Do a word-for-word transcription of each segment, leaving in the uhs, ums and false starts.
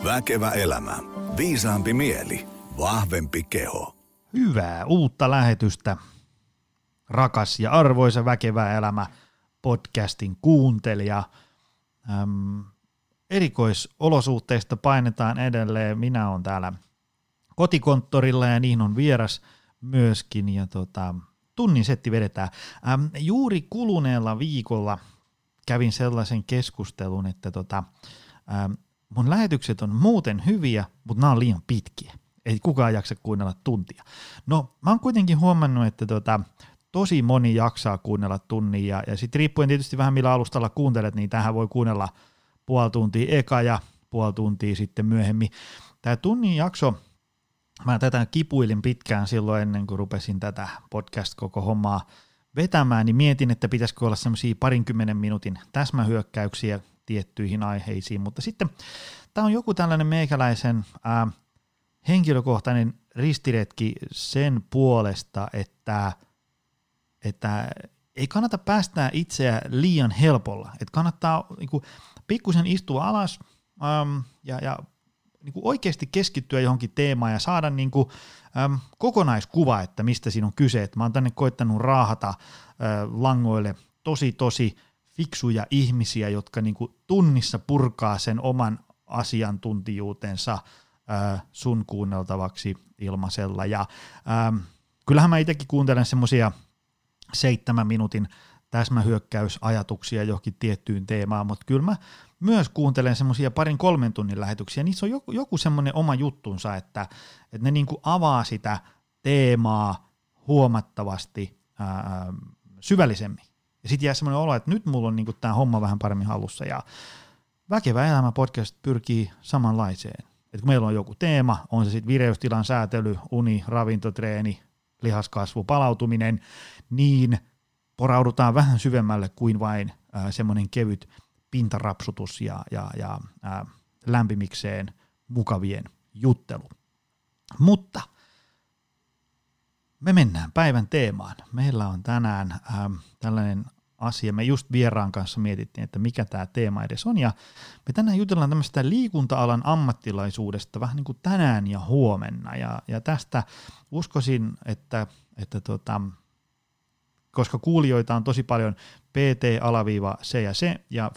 Väkevä elämä. Viisaampi mieli. Vahvempi keho. Hyvää uutta lähetystä, rakas ja arvoisa Väkevä elämä podcastin kuuntelija. Äm, erikoisolosuhteista painetaan edelleen. Minä olen täällä kotikonttorilla ja niin on vieras myöskin. Ja tota, tunnin setti vedetään. Äm, juuri kuluneella viikolla kävin sellaisen keskustelun, että tota, äm, mun lähetykset on muuten hyviä, mutta nämä on liian pitkiä. Ei kukaan jaksa kuunnella tuntia. No, mä oon kuitenkin huomannut, että tota, tosi moni jaksaa kuunnella tunnin, ja, ja sitten riippuen tietysti vähän millä alustalla kuuntelet, niin tähän voi kuunnella puoli tuntia eka ja puoli tuntia sitten myöhemmin. Tämä tunnin jakso, mä tätä kipuilin pitkään silloin ennen kuin rupesin tätä podcast-koko hommaa vetämään, niin mietin, että pitäisikö olla semmoisia parinkymmenen minuutin täsmähyökkäyksiä tiettyihin aiheisiin, mutta sitten tämä on joku tällainen meikäläisen ää, henkilökohtainen ristiretki sen puolesta, että, että ei kannata päästää itseä liian helpolla, että kannattaa niin kuin, pikkusen istua alas äm, ja, ja niin kuin oikeasti keskittyä johonkin teemaan ja saada niin kuin, äm, kokonaiskuva, että mistä siinä on kyse. Et mä oon tänne koittanut raahata äh, langoille tosi tosi fiksuja ihmisiä, jotka niin kuin tunnissa purkaa sen oman asiantuntijuutensa äh, sun kuunneltavaksi ilmaisella. Ja ähm, kyllähän mä itsekin kuuntelen semmoisia seitsemän minuutin täsmähyökkäysajatuksia johonkin tiettyyn teemaan, mutta kyllä mä myös kuuntelen semmoisia parin kolmen tunnin lähetyksiä. Niissä on joku, joku semmoinen oma juttunsa, että, että ne niin kuin avaa sitä teemaa huomattavasti ää, syvällisemmin. Ja sitten jää semmoinen olo, että nyt mulla on niin kuin tämä homma vähän paremmin hallussa. Ja Väkevä elämä podcast pyrkii samanlaiseen. Et kun meillä on joku teema, on se sitten vireystilan säätely, uni, ravintotreeni, lihaskasvu, palautuminen, niin poraudutaan vähän syvemmälle kuin vain äh, semmoinen kevyt pintarapsutus ja, ja, ja äh, lämpimikseen mukavien juttelu. Mutta me mennään päivän teemaan. Meillä on tänään äh, tällainen asia. Me just vieraan kanssa mietittiin, että mikä tämä teema edes on. Ja me tänään jutellaan tämmöistä liikunta-alan ammattilaisuudesta vähän niin kuin tänään ja huomenna. Ja, ja tästä uskoisin, että, että tota, koska kuulijoita on tosi paljon P T-se ja se ja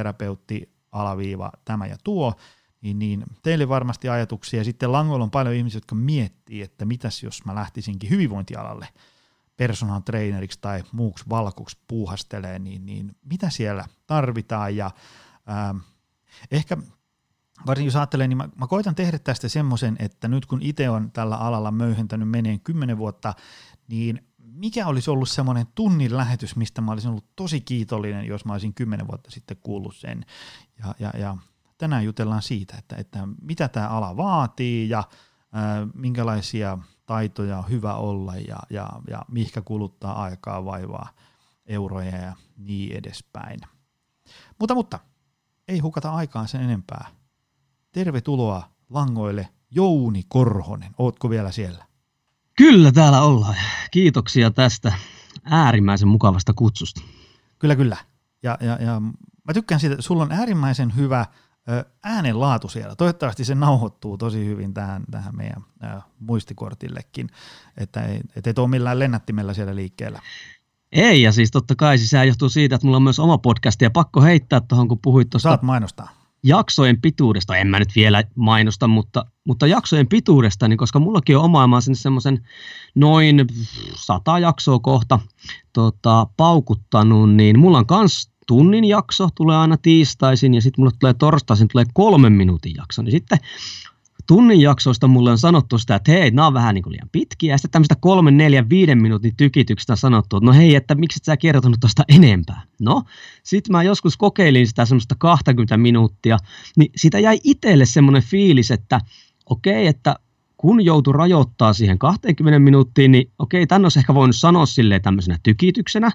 fysioterapeutti-alaviiva tämä ja tuo, niin, niin teille varmasti ajatuksia. Sitten langoilla on paljon ihmisiä, jotka miettii, että mitäs jos mä lähtisinkin hyvinvointialalle personal traineriksi tai muuksi valkuksi puuhastelee, niin, niin mitä siellä tarvitaan. Ja ähm, ehkä varsinkin jos ajattelee, niin mä, mä koitan tehdä tästä semmoisen, että nyt kun itse on tällä alalla möyhentänyt meneen kymmenen vuotta, niin mikä olisi ollut semmoinen tunnin lähetys, mistä mä olisin ollut tosi kiitollinen, jos mä olisin kymmenen vuotta sitten kuullut sen. Ja, ja, ja tänään jutellaan siitä, että, että mitä tämä ala vaatii ja ää, minkälaisia taitoja on hyvä olla ja, ja, ja mihinkä kuluttaa aikaa, vaivaa, euroja ja niin edespäin. Mutta, mutta ei hukata aikaa sen enempää. Tervetuloa langoille Jouni Korhonen. Ootko vielä siellä? Kyllä täällä ollaan. Kiitoksia tästä äärimmäisen mukavasta kutsusta. Kyllä, kyllä. Ja, ja, ja mä tykkään siitä, että sulla on äärimmäisen hyvä ö, äänenlaatu siellä. Toivottavasti se nauhoittuu tosi hyvin tähän, tähän meidän ö, muistikortillekin, että ei, et et ole millään lennättimellä siellä liikkeellä. Ei, ja siis totta kai siis sehän johtuu siitä, että mulla on myös oma podcast, ja pakko heittää tuohon, kun puhuit tuosta Saat mainostaa. Jaksojen pituudesta, en mä nyt vielä mainosta, mutta, mutta jaksojen pituudesta, niin koska mullakin on oma, mä oon semmoisen noin sata jaksoa kohta tota, paukuttanut, niin mulla on kans tunnin jakso, tulee aina tiistaisin, ja sitten mulle tulee torstaisin, tulee kolmen minuutin jakso, niin sitten tunnin jaksoista mulle on sanottu sitä, että hei, nämä on vähän niin kuin liian pitkiä, ja sitten tämmöistä kolmen, neljän, viiden minuutin tykityksestä on sanottu, että no hei, että miksi et sä kertonut tuosta enempää? No, sitten mä joskus kokeilin sitä semmoista kaksikymmentä minuuttia, niin siitä jäi itselle semmoinen fiilis, että okei, että kun joutui rajoittaa siihen kaksikymmentä minuuttiin, niin okei, tämän olisi ehkä voinut sanoa silleen tämmöisenä tykityksenä,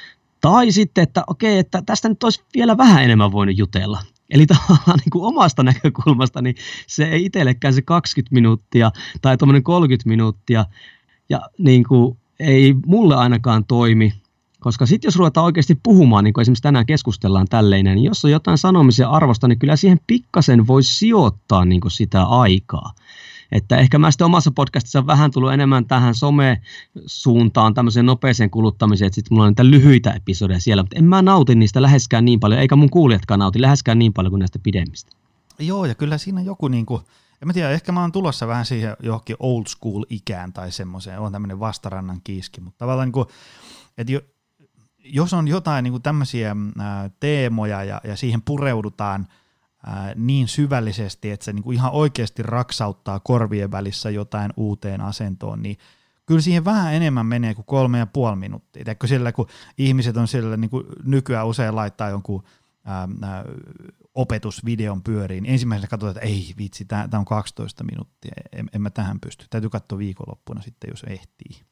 tai sitten, että okei, että tästä nyt olisi vielä vähän enemmän voinut jutella. Eli tavallaan niin kuin omasta näkökulmasta niin se ei itsellekään se kaksikymmentä minuuttia tai tuommoinen kolmekymmentä minuuttia ja niin kuin ei mulle ainakaan toimi. Koska sitten jos ruvetaan oikeasti puhumaan, niin kuin esimerkiksi tänään keskustellaan tälleen, niin jos on jotain sanomisen arvosta, niin kyllä siihen pikkasen voi sijoittaa niin kuin sitä aikaa. Että ehkä mä sitten omassa podcastissa on vähän tullut enemmän tähän some-suuntaan, tämmöiseen nopeeseen kuluttamiseen, että sitten mulla on niitä lyhyitä episodeja siellä, mutta en mä nauti niistä läheskään niin paljon, eikä mun kuulijatkaan nauti läheskään niin paljon kuin näistä pidemmistä. Joo, ja kyllä siinä joku niinku, en mä tiedä, ehkä mä oon tulossa vähän siihen johonkin old school ikään tai semmoiseen, on tämmöinen vastarannan kiiski, mutta tavallaan niinku, että jo, jos on jotain niinku tämmöisiä ää, teemoja ja, ja siihen pureudutaan ää, niin syvällisesti, että se niinku ihan oikeasti raksauttaa korvien välissä jotain uuteen asentoon, niin kyllä siihen vähän enemmän menee kuin kolme ja puoli minuuttia. Teekö sillä, kun ihmiset on sillä niinku nykyään usein laittaa jonkun ää, ää, opetusvideon pyöriin, niin ensimmäisenä katsotaan, että ei vitsi, tämä on kaksitoista minuuttia, en, en mä tähän pysty. Täytyy katsoa viikonloppuna sitten, jos ehtii.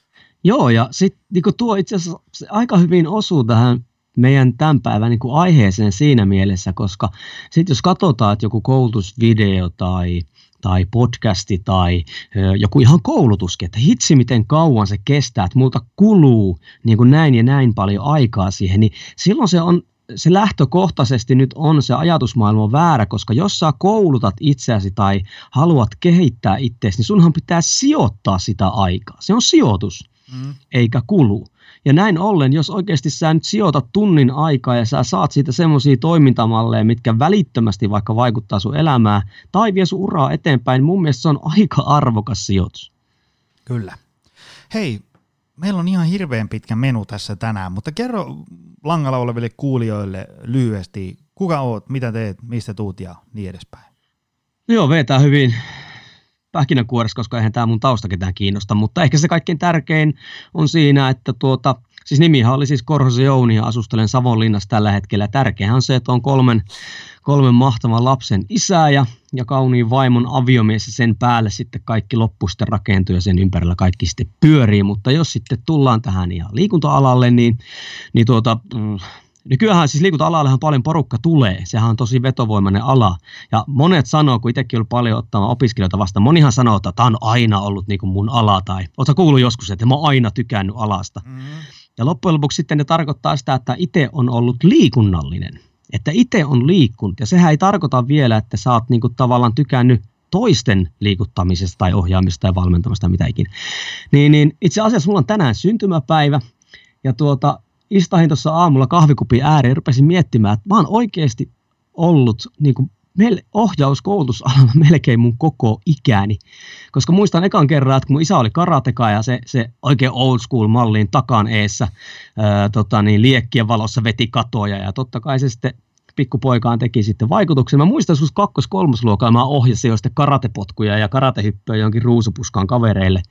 Joo, ja sitten niin tuo itse asiassa se aika hyvin osuu tähän meidän tämän päivän niin aiheeseen siinä mielessä, koska sitten jos katsotaan, että joku koulutusvideo tai, tai podcasti tai ö, joku ihan koulutuskin, että hitsi miten kauan se kestää, että multa kuluu niin kuin näin ja näin paljon aikaa siihen, niin silloin se on se lähtökohtaisesti nyt on se ajatusmaailma väärä, koska jos sä koulutat itseäsi tai haluat kehittää itseäsi, niin sunhan pitää sijoittaa sitä aikaa. Se on sijoitus, mm. eikä kulu. Ja näin ollen, jos oikeasti sä nyt sijoitat tunnin aikaa ja sä saat siitä semmoisia toimintamalleja, mitkä välittömästi vaikka vaikuttaa sun elämään tai vie sun uraa eteenpäin, mun mielestä se on aika arvokas sijoitus. Kyllä. Hei, meillä on ihan hirveän pitkä menu tässä tänään, mutta kerro langalla oleville kuulijoille lyhyesti, kuka oot, mitä teet, mistä tuut ja niin edespäin. No joo, vetää hyvin pähkinänkuoressa, koska eihän tämä mun tausta ketään kiinnosta, mutta ehkä se kaikkein tärkein on siinä, että tuota, siis nimihan oli siis Korhosen Jouni ja asustelen Savonlinnassa tällä hetkellä. Tärkeähän on se, että on kolmen, kolmen mahtavan lapsen isä ja, ja kauniin vaimon aviomies ja sen päälle sitten kaikki loppu sitten rakentuu ja sen ympärillä kaikki sitten pyörii, mutta jos sitten tullaan tähän ihan liikunta-alalle, niin, niin tuota... Mm, nykyään siis liikunta-alallehan paljon porukka tulee, sehän on tosi vetovoimainen ala ja monet sanoo, kun itsekin on paljon ottamaan opiskelijoita vastaan, monihan sanoo, että tämä on aina ollut niin kuin mun ala tai ootko kuullut joskus, että mä oon aina tykännyt alasta. Mm-hmm. Ja loppujen lopuksi sitten ne tarkoittaa sitä, että itse on ollut liikunnallinen, että itse on liikkunut ja sehän ei tarkoita vielä, että sä oot niin kuin tavallaan tykännyt toisten liikuttamisesta tai ohjaamista tai valmentamista tai mitä ikinä. Niin, niin itse asiassa mulla on tänään syntymäpäivä ja tuota istahin tuossa aamulla kahvikupin ääreen ja rupesin miettimään, että mä oon oikeasti ollut niin kuin ohjauskoulutusalalla melkein mun koko ikäni. Koska muistan ekan kerran, että kun mun isä oli karateka ja se, se oikein old school malliin takan eessä ää, tota niin, liekkien valossa veti katoja ja totta kai se sitten pikkupoikaan teki sitten vaikutuksen. Mä muistan joskus kakkos-kolmosluokalla mä ohjasin jo sitten karatepotkuja ja karatehyppyä jonkin ruusupuskaan kavereille.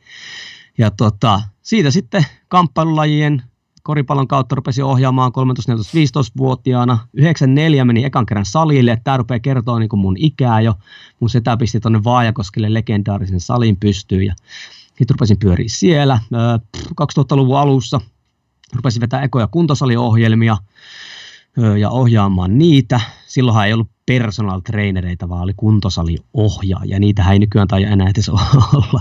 Ja tota, siitä sitten kamppailulajien koripallon kautta rupesin ohjaamaan kolmetoista neljätoista viisitoista-vuotiaana. yhdeksänkymmentäneljä meni ekan kerran salille, että tämä rupeaa kertoa niin kuin mun ikää jo. Mun setä pisti tuonne Vaajakoskelle legendaarisen salin pystyyn ja sitten rupesin pyöriä siellä. kaksituhattaluvun alussa rupesin vetää ekoja kuntosaliohjelmia ja ohjaamaan niitä. Silloinhan ei ollut personal trainereita, vaan oli kuntosaliohjaaja. Niitähän ei nykyään tai enää edes olla.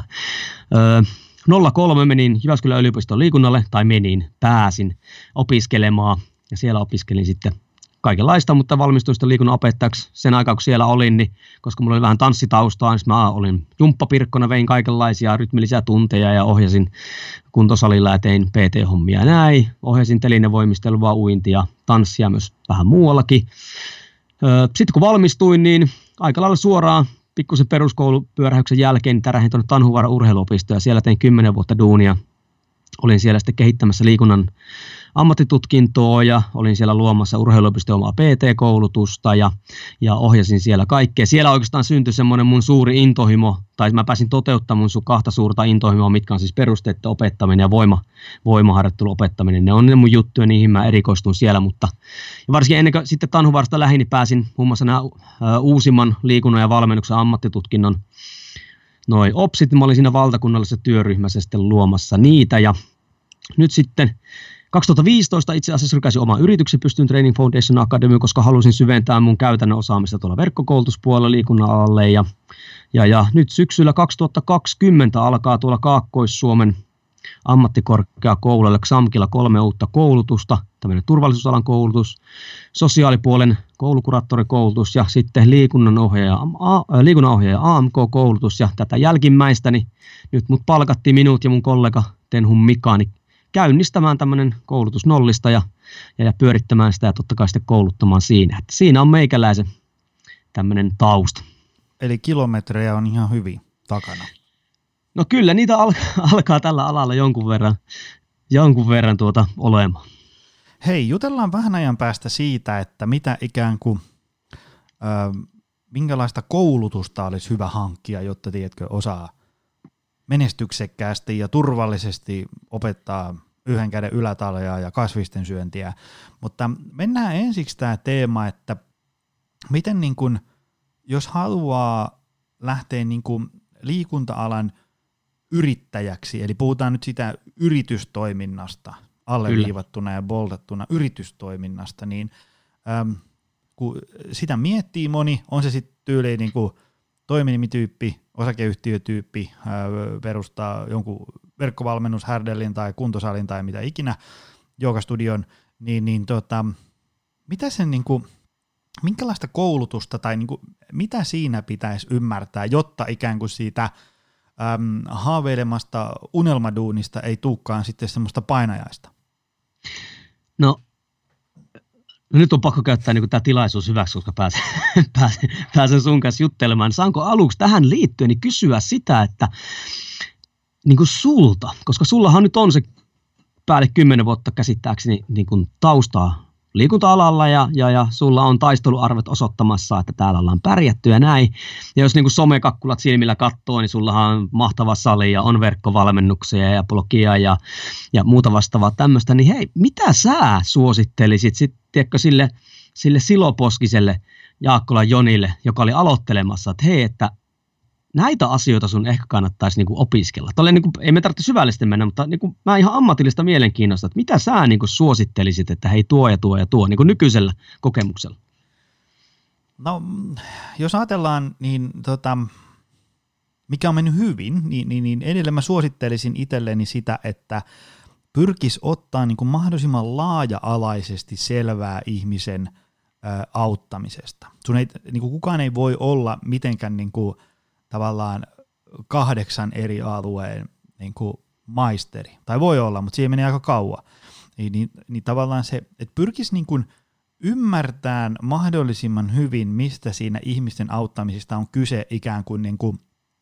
nolla kolme menin Jyväskylän yliopiston liikunnalle, tai menin, pääsin opiskelemaan, ja siellä opiskelin sitten kaikenlaista, mutta valmistuin sitten liikunnan opettajaksi sen aikaa, kun siellä olin, niin, koska mulla oli vähän tanssitaustaa, niin mä olin jumppapirkkona, vein kaikenlaisia rytmillisiä tunteja ja ohjasin kuntosalilla ja tein P T-hommia näin, ohjasin telinevoimistelua, uintia, tanssia myös vähän muuallakin. Sitten kun valmistuin, niin aika lailla suoraan pikkusen peruskoulupyörähyksen jälkeen niin tärähin tuonne Tanhuvaaran urheiluopistoon ja siellä tein kymmenen vuotta duunia. Olin siellä sitten kehittämässä liikunnan ammattitutkintoa ja olin siellä luomassa urheiluopiston omaa P T-koulutusta ja, ja ohjasin siellä kaikkea. Siellä oikeastaan syntyi semmoinen mun suuri intohimo, tai mä pääsin toteuttamaan mun sun kahta suurta intohimoa, mitkä on siis perusteiden opettaminen ja voima, voimaharjoittelun opettaminen. Ne on ne mun juttuja, niihin mä erikoistun siellä, mutta ja varsinkin ennen kuin sitten Tanhuvaarasta lähdin, niin pääsin muun muassa nämä uusimman liikunnan ja valmennuksen ammattitutkinnon noi opsit, mä olin siinä valtakunnallisessa työryhmässä sitten luomassa niitä ja nyt sitten kaksituhattaviisitoista itse asiassa rykäsin oman yrityksen Pystyn Training Foundation Academy, koska halusin syventää mun käytännön osaamista tuolla verkkokoulutuspuolella liikunnan alalle ja, ja, ja nyt syksyllä kaksituhattakaksikymmentä alkaa tuolla Kaakkois-Suomen ammattikorkeakouluille XAMKilla kolme uutta koulutusta, tämmöinen turvallisuusalan koulutus, sosiaalipuolen koulukuraattorikoulutus ja sitten liikunnanohjaaja, liikunnanohjaaja A M K-koulutus ja tätä jälkimmäistä, niin nyt mut palkattiin minut ja mun kollega Tenhun Mika niin käynnistämään tämmöinen koulutus nollista ja, ja, ja pyörittämään sitä ja totta kai sitten kouluttamaan siinä. Että siinä on meikäläisen tämmöinen tausta. Eli kilometrejä on ihan hyvin takana. No kyllä, niitä al- alkaa tällä alalla jonkun verran, jonkun verran tuota olemaan. Hei, jutellaan vähän ajan päästä siitä, että mitä ikään kuin, ö, minkälaista koulutusta olisi hyvä hankkia, jotta tiedätkö, osaa menestyksekkäästi ja turvallisesti opettaa yhden käden ylätaljaa ja kasvisten syöntiä. Mutta mennään ensiksi tämä teema, että miten niin kuin, jos haluaa lähteä niin kuin liikunta-alan yrittäjäksi, eli puhutaan nyt sitä yritystoiminnasta, alleviivattuna ja boldattuna yritystoiminnasta, niin äm, kun sitä miettii moni, on se sitten tyyliin niin kuin toiminimityyppi, osakeyhtiötyyppi, ää, perustaa jonkun verkkovalmennushärdellin tai kuntosalin tai mitä ikinä, joogastudion, niin, niin tota, mitä sen niin kuin, minkälaista koulutusta tai niin kuin, mitä siinä pitäisi ymmärtää, jotta ikään kuin siitä äm, haaveilemasta unelmaduunista ei tulekaan sitten semmoista painajaista? No, nyt on pakko käyttää niin tämä tilaisuus hyväksi, koska pääsen, pääsen, pääsen sun kanssa juttelemaan. Saanko aluksi tähän liittyen niin kysyä sitä, että niin kuin sulta, koska sullahan nyt on se päälle kymmenen vuotta käsittääkseni niin kuin taustaa liikunta-alalla ja, ja, ja sulla on taisteluarvet osoittamassa, että täällä ollaan pärjätty ja näin. Ja jos niin kuin somekakkulat silmillä katsoo, niin sullahan on mahtava sali ja on verkkovalmennuksia ja blogia ja, ja muuta vastaavaa tämmöistä. Niin hei, mitä sä suosittelisit sitten, tiedätkö, sille, sille siloposkiselle Jaakkolan Jonille, joka oli aloittelemassa, että hei, että näitä asioita sun ehkä kannattaisi niinku opiskella. Tolle niinku, ei me tarvitse syvällisesti mennä, mutta niinku, mä ihan ammatillista mielenkiinnosta, että mitä sä niinku suosittelisit, että hei tuo ja tuo ja tuo niinku nykyisellä kokemuksella? No, jos ajatellaan, niin tota, mikä on mennyt hyvin, niin, niin, niin edelleen mä suosittelisin itselleni sitä, että pyrkisi ottaa niin kuin mahdollisimman laaja-alaisesti selvää ihmisen ä, auttamisesta. Sun ei, niin kuin kukaan ei voi olla mitenkään niin kuin tavallaan kahdeksan eri alueen niin kuin maisteri, tai voi olla, mutta siihen menee aika kauan. Niin, niin, niin tavallaan se, että pyrkisi niin kuin ymmärtämään mahdollisimman hyvin, mistä siinä ihmisten auttamisesta on kyse ikään kuin, niin kuin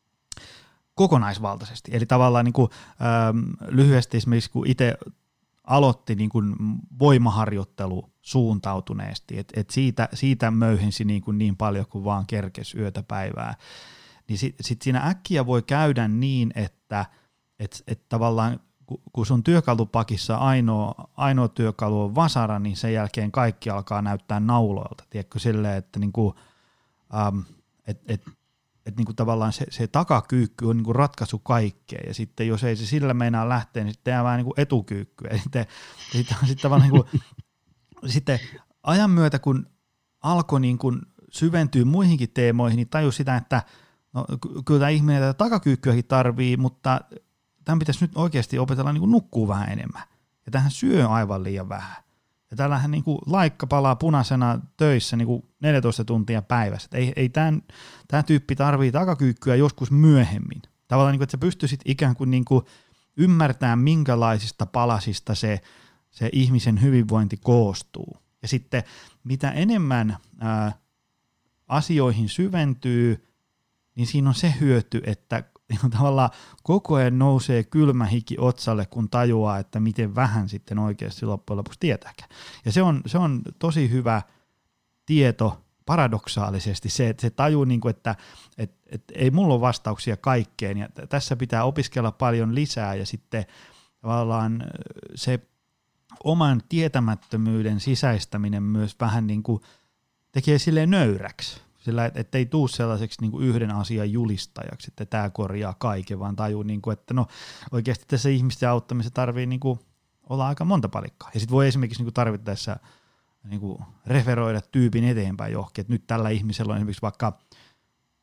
kokonaisvaltaisesti. Eli tavallaan niin kuin, ähm, lyhyesti esimerkiksi, kun itse aloitti niin kuin voimaharjoittelu suuntautuneesti, että et siitä, siitä möyhensi niin, kuin niin paljon kuin vaan kerkesi yötä päivää, niin sitten sit siinä äkkiä voi käydä niin, että et, et tavallaan kun sun työkalupakissa ainoa, ainoa työkalu on vasara, niin sen jälkeen kaikki alkaa näyttää nauloilta. Tiedätkö silleen, että niinku, ähm, et, et, et niinku tavallaan se, se takakyykky on niinku ratkaisu kaikkeen, ja sitten jos ei se sillä meinaa lähteä, niin sitten jää vähän niinku etukyykkyä. Ja sitten, sitten, sitten, niinku, sitten ajan myötä, kun alkoi niinku syventyä muihinkin teemoihin, niin tajus sitä, että no, kyllä tämä ihminen tätä takakyykkyäkin tarvii, mutta tämän pitäisi nyt oikeasti opetella niin kuin nukkuu vähän enemmän. Ja tähän syö aivan liian vähän. Ja täällähän niin kuin laikka palaa punaisena töissä niin kuin neljätoista tuntia päivässä. Ei, ei tämän, tämä tyyppi tarvii takakyykkyä joskus myöhemmin. Tavallaan, niin kuin, että sä pystyisit ikään kuin, niin kuin ymmärtämään, minkälaisista palasista se, se ihmisen hyvinvointi koostuu. Ja sitten mitä enemmän ää, asioihin syventyy, niin siinä on se hyöty, että tavallaan koko ajan nousee kylmä hiki otsalle, kun tajuaa, että miten vähän sitten oikeasti loppujen lopuksi tietääkään. Ja se on, se on tosi hyvä tieto paradoksaalisesti, se, että se tajuu, niin kuin, että et, et ei mulla ole vastauksia kaikkeen, ja tässä pitää opiskella paljon lisää, ja sitten tavallaan se oman tietämättömyyden sisäistäminen myös vähän niin kuin tekee silleen nöyräksi. Sillä että ei tule sellaiseksi niin kuin yhden asian julistajaksi, että tämä korjaa kaiken, vaan tajuu, niin kuin, että no oikeasti tässä ihmisten auttamisessa tarvii niin kuin olla aika monta palikkaa. Ja sitten voi esimerkiksi niin kuin tarvittaessa niin kuin referoida tyypin eteenpäin johonkin, että nyt tällä ihmisellä on esimerkiksi vaikka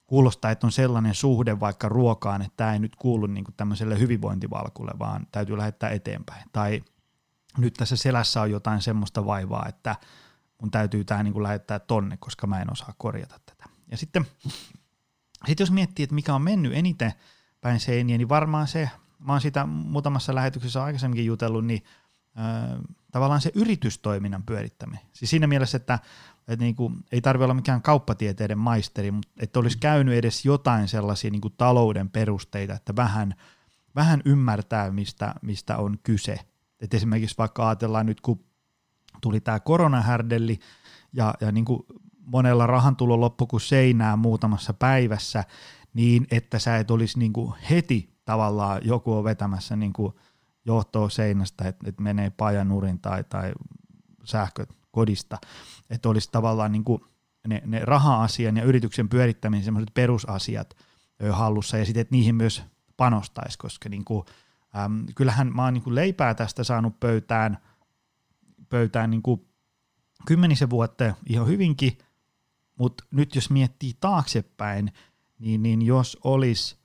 kuulostaa, että on sellainen suhde vaikka ruokaan, että tämä ei nyt kuulu niin kuin tämmöiselle hyvinvointivalkulle, vaan täytyy lähettää eteenpäin. Tai nyt tässä selässä on jotain semmoista vaivaa, että mun täytyy tämä niin kuin lähettää tonne, koska mä en osaa korjata tätä. Ja sitten sit jos miettii, että mikä on mennyt eniten päin seiniä, niin varmaan se, mä oon siitä muutamassa lähetyksessä aikaisemminkin jutellut, niin äh, tavallaan se yritystoiminnan pyörittäminen. Siis siinä mielessä, että että niinku, ei tarvitse olla mikään kauppatieteiden maisteri, mutta että olisi käynyt edes jotain sellaisia niinku talouden perusteita, että vähän, vähän ymmärtää, mistä, mistä on kyse. Et esimerkiksi vaikka ajatellaan nyt, kun tuli tämä koronahärdelli ja, ja niinku monella rahantulo loppu kuin seinää muutamassa päivässä, niin että sä et olisi niinku heti tavallaan joku on vetämässä niinku johtoa seinästä, että et menee pajanurin tai, tai sähköt kodista, että olisi tavallaan niin kuin ne, ne raha-asian ja yrityksen pyörittämisen sellaiset perusasiat hallussa ja sitten, että niihin myös panostaisi, koska niin kuin, äm, kyllähän mä oon niin kuin leipää tästä saanut pöytään, pöytään niin kuin kymmenisen vuotta ihan hyvinkin, mutta nyt jos miettii taaksepäin, niin, niin jos olisi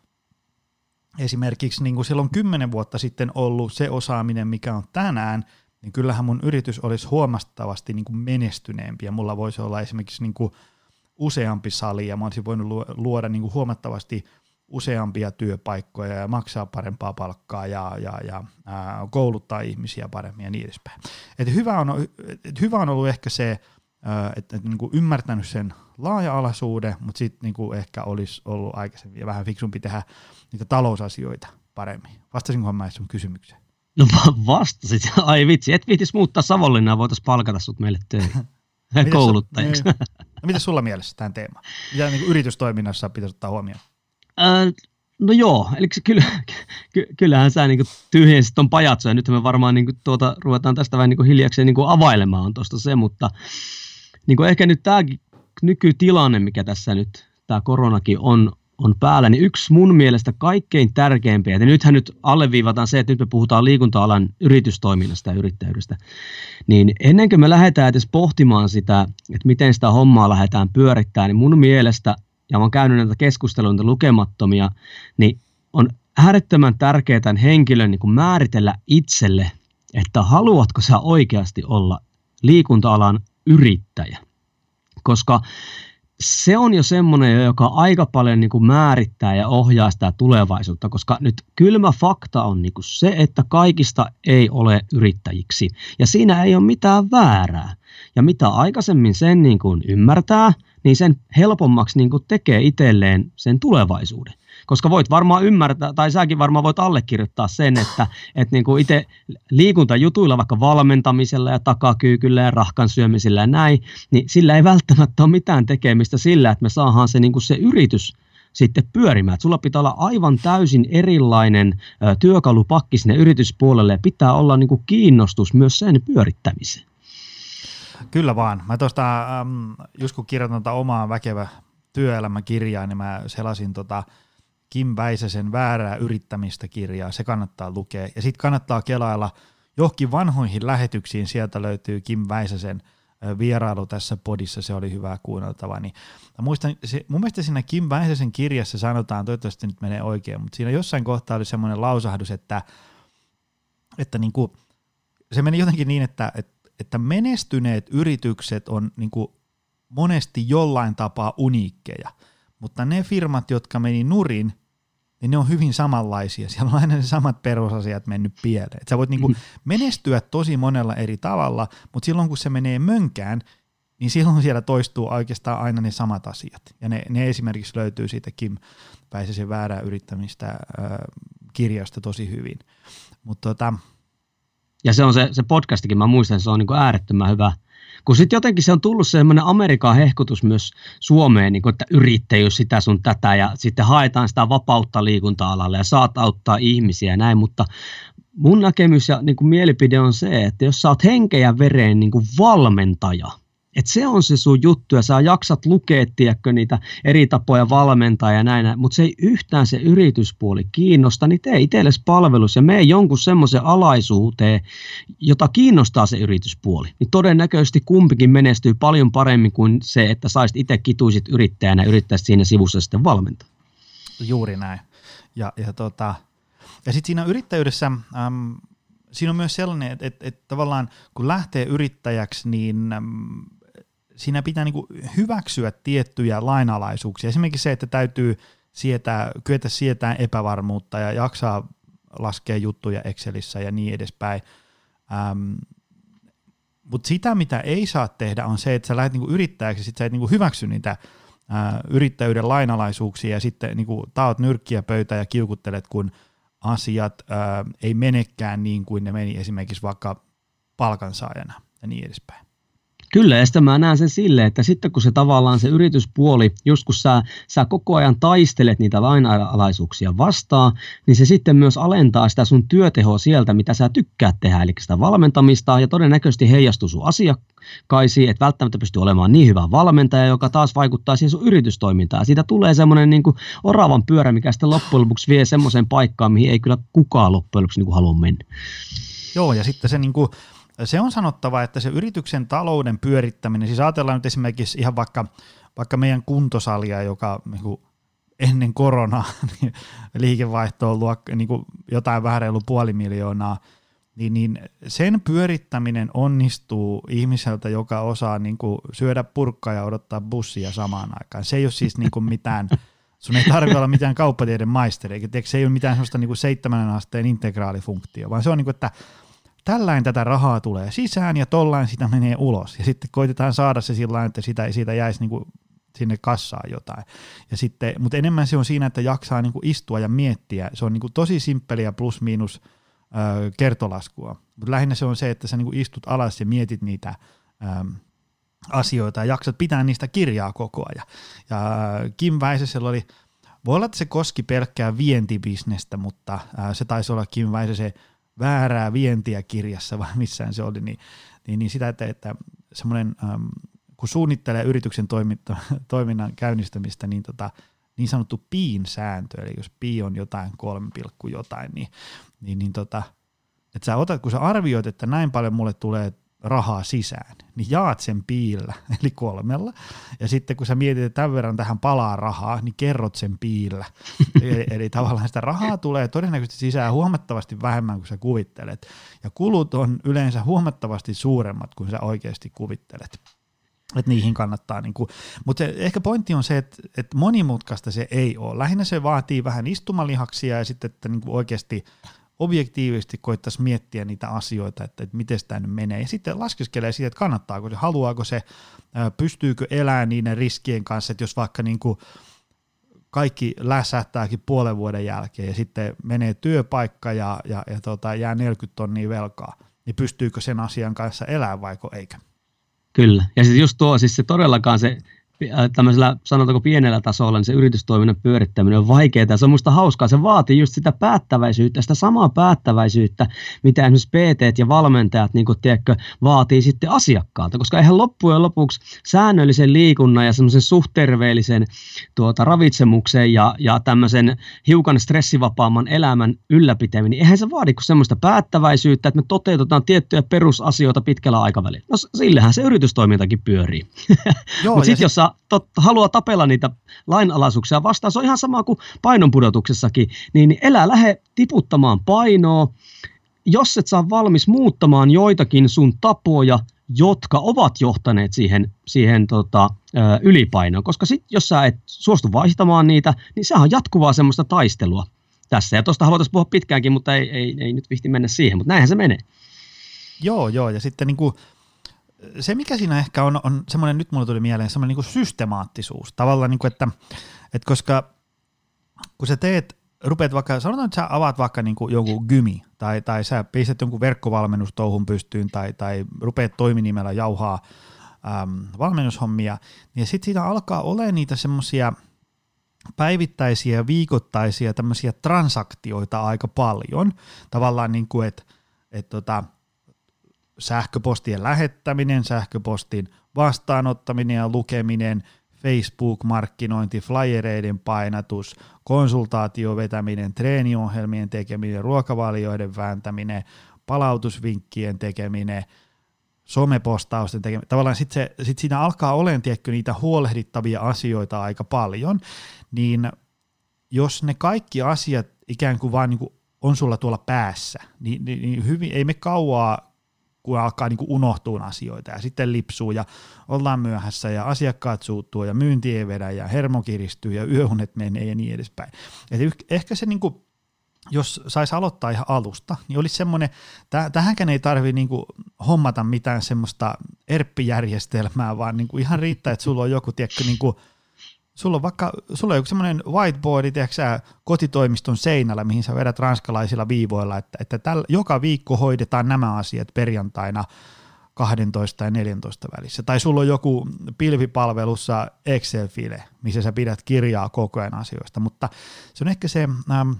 esimerkiksi niin kuin silloin kymmenen vuotta sitten ollut se osaaminen, mikä on tänään, niin kyllähän mun yritys olisi huomattavasti niin kuin menestyneempi ja mulla voisi olla esimerkiksi niin kuin useampi sali ja mä olisin voinut luoda niin kuin huomattavasti useampia työpaikkoja ja maksaa parempaa palkkaa ja, ja, ja ää, kouluttaa ihmisiä paremmin ja niin edespäin. Et hyvä, on, et hyvä on ollut ehkä se, että et niin kuin ymmärtänyt sen laaja-alaisuuden, mutta sitten niin kuin ehkä olisi ollut aikaisemmin vähän fiksumpi tehdä niitä talousasioita paremmin. Vastasinkohan mä sun kysymykseen? No vastasit. Ai vitsi, et viitis muuttaa Savonlinnaa, voitaisiin palkata sut meille töihin kouluttajaksi. Su, no mitä sulla mielessä tämän teema? Mitä niin kuin yritystoiminnassa pitäisi ottaa huomioon? Äh, no joo, eli kyllä, ky, kyllähän sä niin tyhjensit ton pajatson ja nyt me varmaan niin kuin, tuota, ruvetaan tästä vähän niin hiljakseen niin availemaan on tuosta se, mutta niin ehkä nyt tämä nykytilanne, mikä tässä nyt tämä koronakin on, on päällä, niin yksi mun mielestä kaikkein tärkeimpiä, ja nythän nyt alleviivataan se, että nyt me puhutaan liikunta-alan yritystoiminnasta ja yrittäjyydestä, niin ennen kuin me lähdetään edes pohtimaan sitä, että miten sitä hommaa lähdetään pyörittämään, niin mun mielestä, ja mä oon käynyt näitä keskusteluita lukemattomia, niin on äärettömän tärkeää tämän henkilön niin kuin määritellä itselle, että haluatko sä oikeasti olla liikunta-alan yrittäjä, koska se on jo semmoinen, joka aika paljon niin kuin määrittää ja ohjaa sitä tulevaisuutta, koska nyt kylmä fakta on niin kuin se, että kaikista ei ole yrittäjiksi. Ja siinä ei ole mitään väärää. Ja mitä aikaisemmin sen niin kuin ymmärtää, niin sen helpommaksi niin kuin tekee itselleen sen tulevaisuuden. Koska voit varmaan ymmärtää, tai säkin varmaan voit allekirjoittaa sen, että, että niin kuin itse liikuntajutuilla, vaikka valmentamisella ja takakyykyllä ja rahkan syömisellä ja näin, niin sillä ei välttämättä ole mitään tekemistä sillä, että me saadaan se, niin kuin se yritys sitten pyörimään. Että sulla pitää olla aivan täysin erilainen ö, työkalupakki sinne yrityspuolelle ja pitää olla niin kuin kiinnostus myös sen pyörittämiseen. Kyllä vaan. Mä tuosta, ähm, just kun kirjoitan tota omaa väkevä työelämäkirjaa, niin mä selasin tota Kim Väisäsen Väärää yrittämistä -kirjaa, se kannattaa lukea. Ja sitten kannattaa kelailla johonkin vanhoihin lähetyksiin, sieltä löytyy Kim Väisäsen vierailu tässä podissa, se oli hyvää kuunneltavaa. Niin, muistan, se, mun mielestä siinä Kim Väisäsen kirjassa sanotaan, toivottavasti nyt menee oikein, mutta siinä jossain kohtaa oli semmoinen lausahdus, että, että niinku, se meni jotenkin niin, että, että, että menestyneet yritykset on niinku monesti jollain tapaa uniikkeja, mutta ne firmat, jotka meni nurin, niin ne on hyvin samanlaisia. Siellä on aina ne samat perusasiat mennyt pieleen. Et sä voit niinku menestyä tosi monella eri tavalla, mutta silloin kun se menee mönkään, niin silloin siellä toistuu oikeastaan aina ne samat asiat. Ja ne, ne esimerkiksi löytyy siitä Kim Väisäsen Väärää yrittämistä äh, kirjasta tosi hyvin. Mut tota... Ja se on se, se podcastikin, mä muistan, se on niinku äärettömän hyvä. Kun sitten jotenkin se on tullut semmoinen Amerikan hehkutus myös Suomeen, niin kun, että yrittäjyys sitä sun tätä ja sitten haetaan sitä vapautta liikunta-alalle ja saat auttaa ihmisiä ja näin, mutta mun näkemys ja niin kuin mielipide on se, että jos sä oot henkeä ja vereen niin kuin valmentaja, Että se on se sun juttu ja sä jaksat lukea, tiedätkö, niitä eri tapoja valmentaa ja näin, mutta se ei yhtään se yrityspuoli kiinnosta, niin tee itsellesi palvelus ja mene jonkun semmoisen alaisuuteen, jota kiinnostaa se yrityspuoli. Niin todennäköisesti kumpikin menestyy paljon paremmin kuin se, että saisit itse kituisit yrittäjänä ja yrittäisit siinä sivussa sitten valmentaa. Juuri näin. Ja, ja, tota, ja sitten siinä yrittäjyydessä, äm, siinä on myös sellainen, että et, et tavallaan kun lähtee yrittäjäksi, niin äm, siinä pitää niinku hyväksyä tiettyjä lainalaisuuksia. Esimerkiksi se, että täytyy sietää, kyetä sietää epävarmuutta ja jaksaa laskea juttuja Excelissä ja niin edespäin. Ähm, Mutta sitä, mitä ei saa tehdä, on se, että sä lähdet niinku yrittäjäksi ja sit sä et niinku hyväksy niitä ää, yrittäjyyden lainalaisuuksia ja sitten niinku taot nyrkkiä pöytään ja kiukuttelet, kun asiat ää, ei menekään niin kuin ne meni esimerkiksi vaikka palkansaajana ja niin edespäin. Kyllä, ja sitten mä näen sen silleen, että sitten kun se tavallaan se yrityspuoli, just kun sä, sä koko ajan taistelet niitä lainalaisuuksia vastaan, niin se sitten myös alentaa sitä sun työtehoa sieltä, mitä sä tykkäät tehdä, eli sitä valmentamista, ja todennäköisesti heijastuu sun asiakkaisiin, että välttämättä pystyy olemaan niin hyvä valmentaja, joka taas vaikuttaa siihen sun yritystoimintaan. Siitä tulee semmoinen niin kuin oravan pyörä, mikä sitten loppujen lopuksi vie semmoiseen paikkaan, mihin ei kyllä kukaan loppujen lopuksi niin kuin halua mennä. Joo, ja sitten se niin kuin se on sanottava, että se yrityksen talouden pyörittäminen, siis ajatellaan nyt esimerkiksi ihan vaikka, vaikka meidän kuntosalia, joka niin kuin ennen koronaa niin liikevaihto on luokka, niin kuin jotain vähän reilu puoli miljoonaa, niin, niin sen pyörittäminen onnistuu ihmiseltä, joka osaa niin kuin syödä purkkaa ja odottaa bussia samaan aikaan. Se ei ole siis niin kuin mitään, sun ei tarvitse olla mitään kauppatieteen maisteri, eikä se ei ole mitään sellaista niin kuin seitsemän asteen integraalifunktio, vaan se on niin kuin, että tällainen tätä rahaa tulee sisään ja tollain sitä menee ulos. Ja sitten koitetaan saada se sillä että siitä, siitä jäisi niin kuin sinne kassaan jotain. Ja sitten, mutta enemmän se on siinä, että jaksaa niin kuin istua ja miettiä. Se on niin kuin tosi simppeliä plus miinus ö, kertolaskua. Mutta lähinnä se on se, että sä niin kuin istut alas ja mietit niitä ö, asioita ja jaksat pitää niistä kirjaa koko ajan. Ja Kim Väisesellä oli, voi olla, että se koski pelkkää vientibisnestä, mutta ö, se taisi olla Kim Väisesen väärää vientiä kirjassa, vai missään se oli, niin, niin, niin sitä, että, että semmoinen, ähm, kun suunnittelee yrityksen toiminta, toiminnan käynnistämistä, niin, tota, niin sanottu piin sääntö, eli jos pi on jotain kolme pilkku jotain, niin, niin, niin tota, että sä otat, kun sä arvioit, että näin paljon mulle tulee rahaa sisään, niin jaat sen piillä, eli kolmella, ja sitten kun sä mietit, että tämän verran tähän palaa rahaa, niin kerrot sen piillä. eli, eli tavallaan sitä rahaa tulee todennäköisesti sisään huomattavasti vähemmän kuin sä kuvittelet, ja kulut on yleensä huomattavasti suuremmat kuin sä oikeasti kuvittelet. Että niihin kannattaa, niinku, mutta ehkä pointti on se, että, että monimutkaista se ei ole. Lähinnä se vaatii vähän istumalihaksia ja sitten, että niinku oikeasti objektiivisesti koittaisi miettiä niitä asioita, että, että miten tämä nyt menee. Ja sitten laskeskelee siitä, että kannattaako se, haluaako se, pystyykö elämään niiden riskien kanssa, että jos vaikka niin kuin kaikki lässähtääkin puolen vuoden jälkeen ja sitten menee työpaikka ja, ja, ja tota, jää neljäkymmentä tonnia velkaa, niin pystyykö sen asian kanssa elämään vaiko eikö? Kyllä, ja sitten just tuo, siis se todellakaan se tämmöisellä, sanotaanko pienellä tasolla, niin se yritystoiminnan pyörittäminen on vaikeaa. Se on musta hauskaa. Se vaatii just sitä päättäväisyyttä, sitä samaa päättäväisyyttä, mitä esimerkiksi P T:t ja valmentajat niin kuin, tiedätkö, vaatii sitten asiakkaalta. Koska eihän loppujen lopuksi säännöllisen liikunnan ja semmoisen suhterveellisen tuota, ravitsemuksen ja, ja tämmöisen hiukan stressivapaamman elämän ylläpitäminen, niin eihän se vaadi kuin semmoista päättäväisyyttä, että me toteutetaan tiettyjä perusasioita pitkällä aikavälillä. No sillähän se yritystoimintakin pyörii. Mutta sitten jos sä totta, haluaa tapella niitä lainalaisuuksia vastaan, se on ihan sama kuin painonpudotuksessakin, niin älä lähde tiputtamaan painoa, jos et saa valmis muuttamaan joitakin sun tapoja, jotka ovat johtaneet siihen, siihen tota, ylipainoon, koska sit, jos sä et suostu vaihtamaan niitä, niin sehän on jatkuvaa semmoista taistelua tässä, ja tuosta halutaan puhua pitkäänkin, mutta ei, ei, ei nyt vihti mennä siihen, mutta näinhän se menee. Joo, joo, ja sitten niinku se, mikä siinä ehkä on, on semmoinen, nyt mulle tuli mieleen, semmoinen niin kuin systemaattisuus. Tavallaan, niin kuin, että, että koska kun sä teet, rupeat vaikka, sanotaan, että sä avaat vaikka niin kuin jonkun gymi, tai, tai sä pistät jonkun verkkovalmennustouhun pystyyn, tai, tai rupeat toiminimellä jauhaa äm, valmennushommia, niin sitten siitä alkaa olemaan niitä semmoisia päivittäisiä, viikoittaisia tämmöisiä transaktioita aika paljon. Tavallaan niin kuin, että, että tota, sähköpostien lähettäminen, sähköpostin vastaanottaminen ja lukeminen, Facebook-markkinointi, flyereiden painatus, konsultaatio vetäminen, treeniohjelmien tekeminen, ruokavalioiden vääntäminen, palautusvinkkien tekeminen, somepostausten tekeminen. Tavallaan sitten sit siinä alkaa olemaan tiedätkö, niitä huolehdittavia asioita aika paljon, niin jos ne kaikki asiat ikään kuin vaan niin kuin on sulla tuolla päässä, niin, niin, niin hyvin, ei me kauaa, kun alkaa niin kuin unohtua asioita ja sitten lipsuu ja ollaan myöhässä ja asiakkaat suuttuu ja myynti ei vedä ja hermo kiristyy ja yöunet menee ja niin edespäin. Et ehkä se, niin kuin, jos saisi aloittaa ihan alusta, niin olisi semmoinen, täh- tähänkään ei tarvitse niin kuin hommata mitään semmoista erppijärjestelmää, vaan niin kuin ihan riittää, että sulla on joku, tiedätkö, niin kuin Sulla on vaikka sulla on joku semmoinen whiteboardi, tiedätkö, kotitoimiston seinällä, mihin sä vedät ranskalaisilla viivoilla, että, että täl, joka viikko hoidetaan nämä asiat perjantaina kaksitoista ja neljätoista välissä. Tai sulla on joku pilvipalvelussa Excel-file, missä sä pidät kirjaa koko ajan asioista, mutta se on ehkä se, ähm,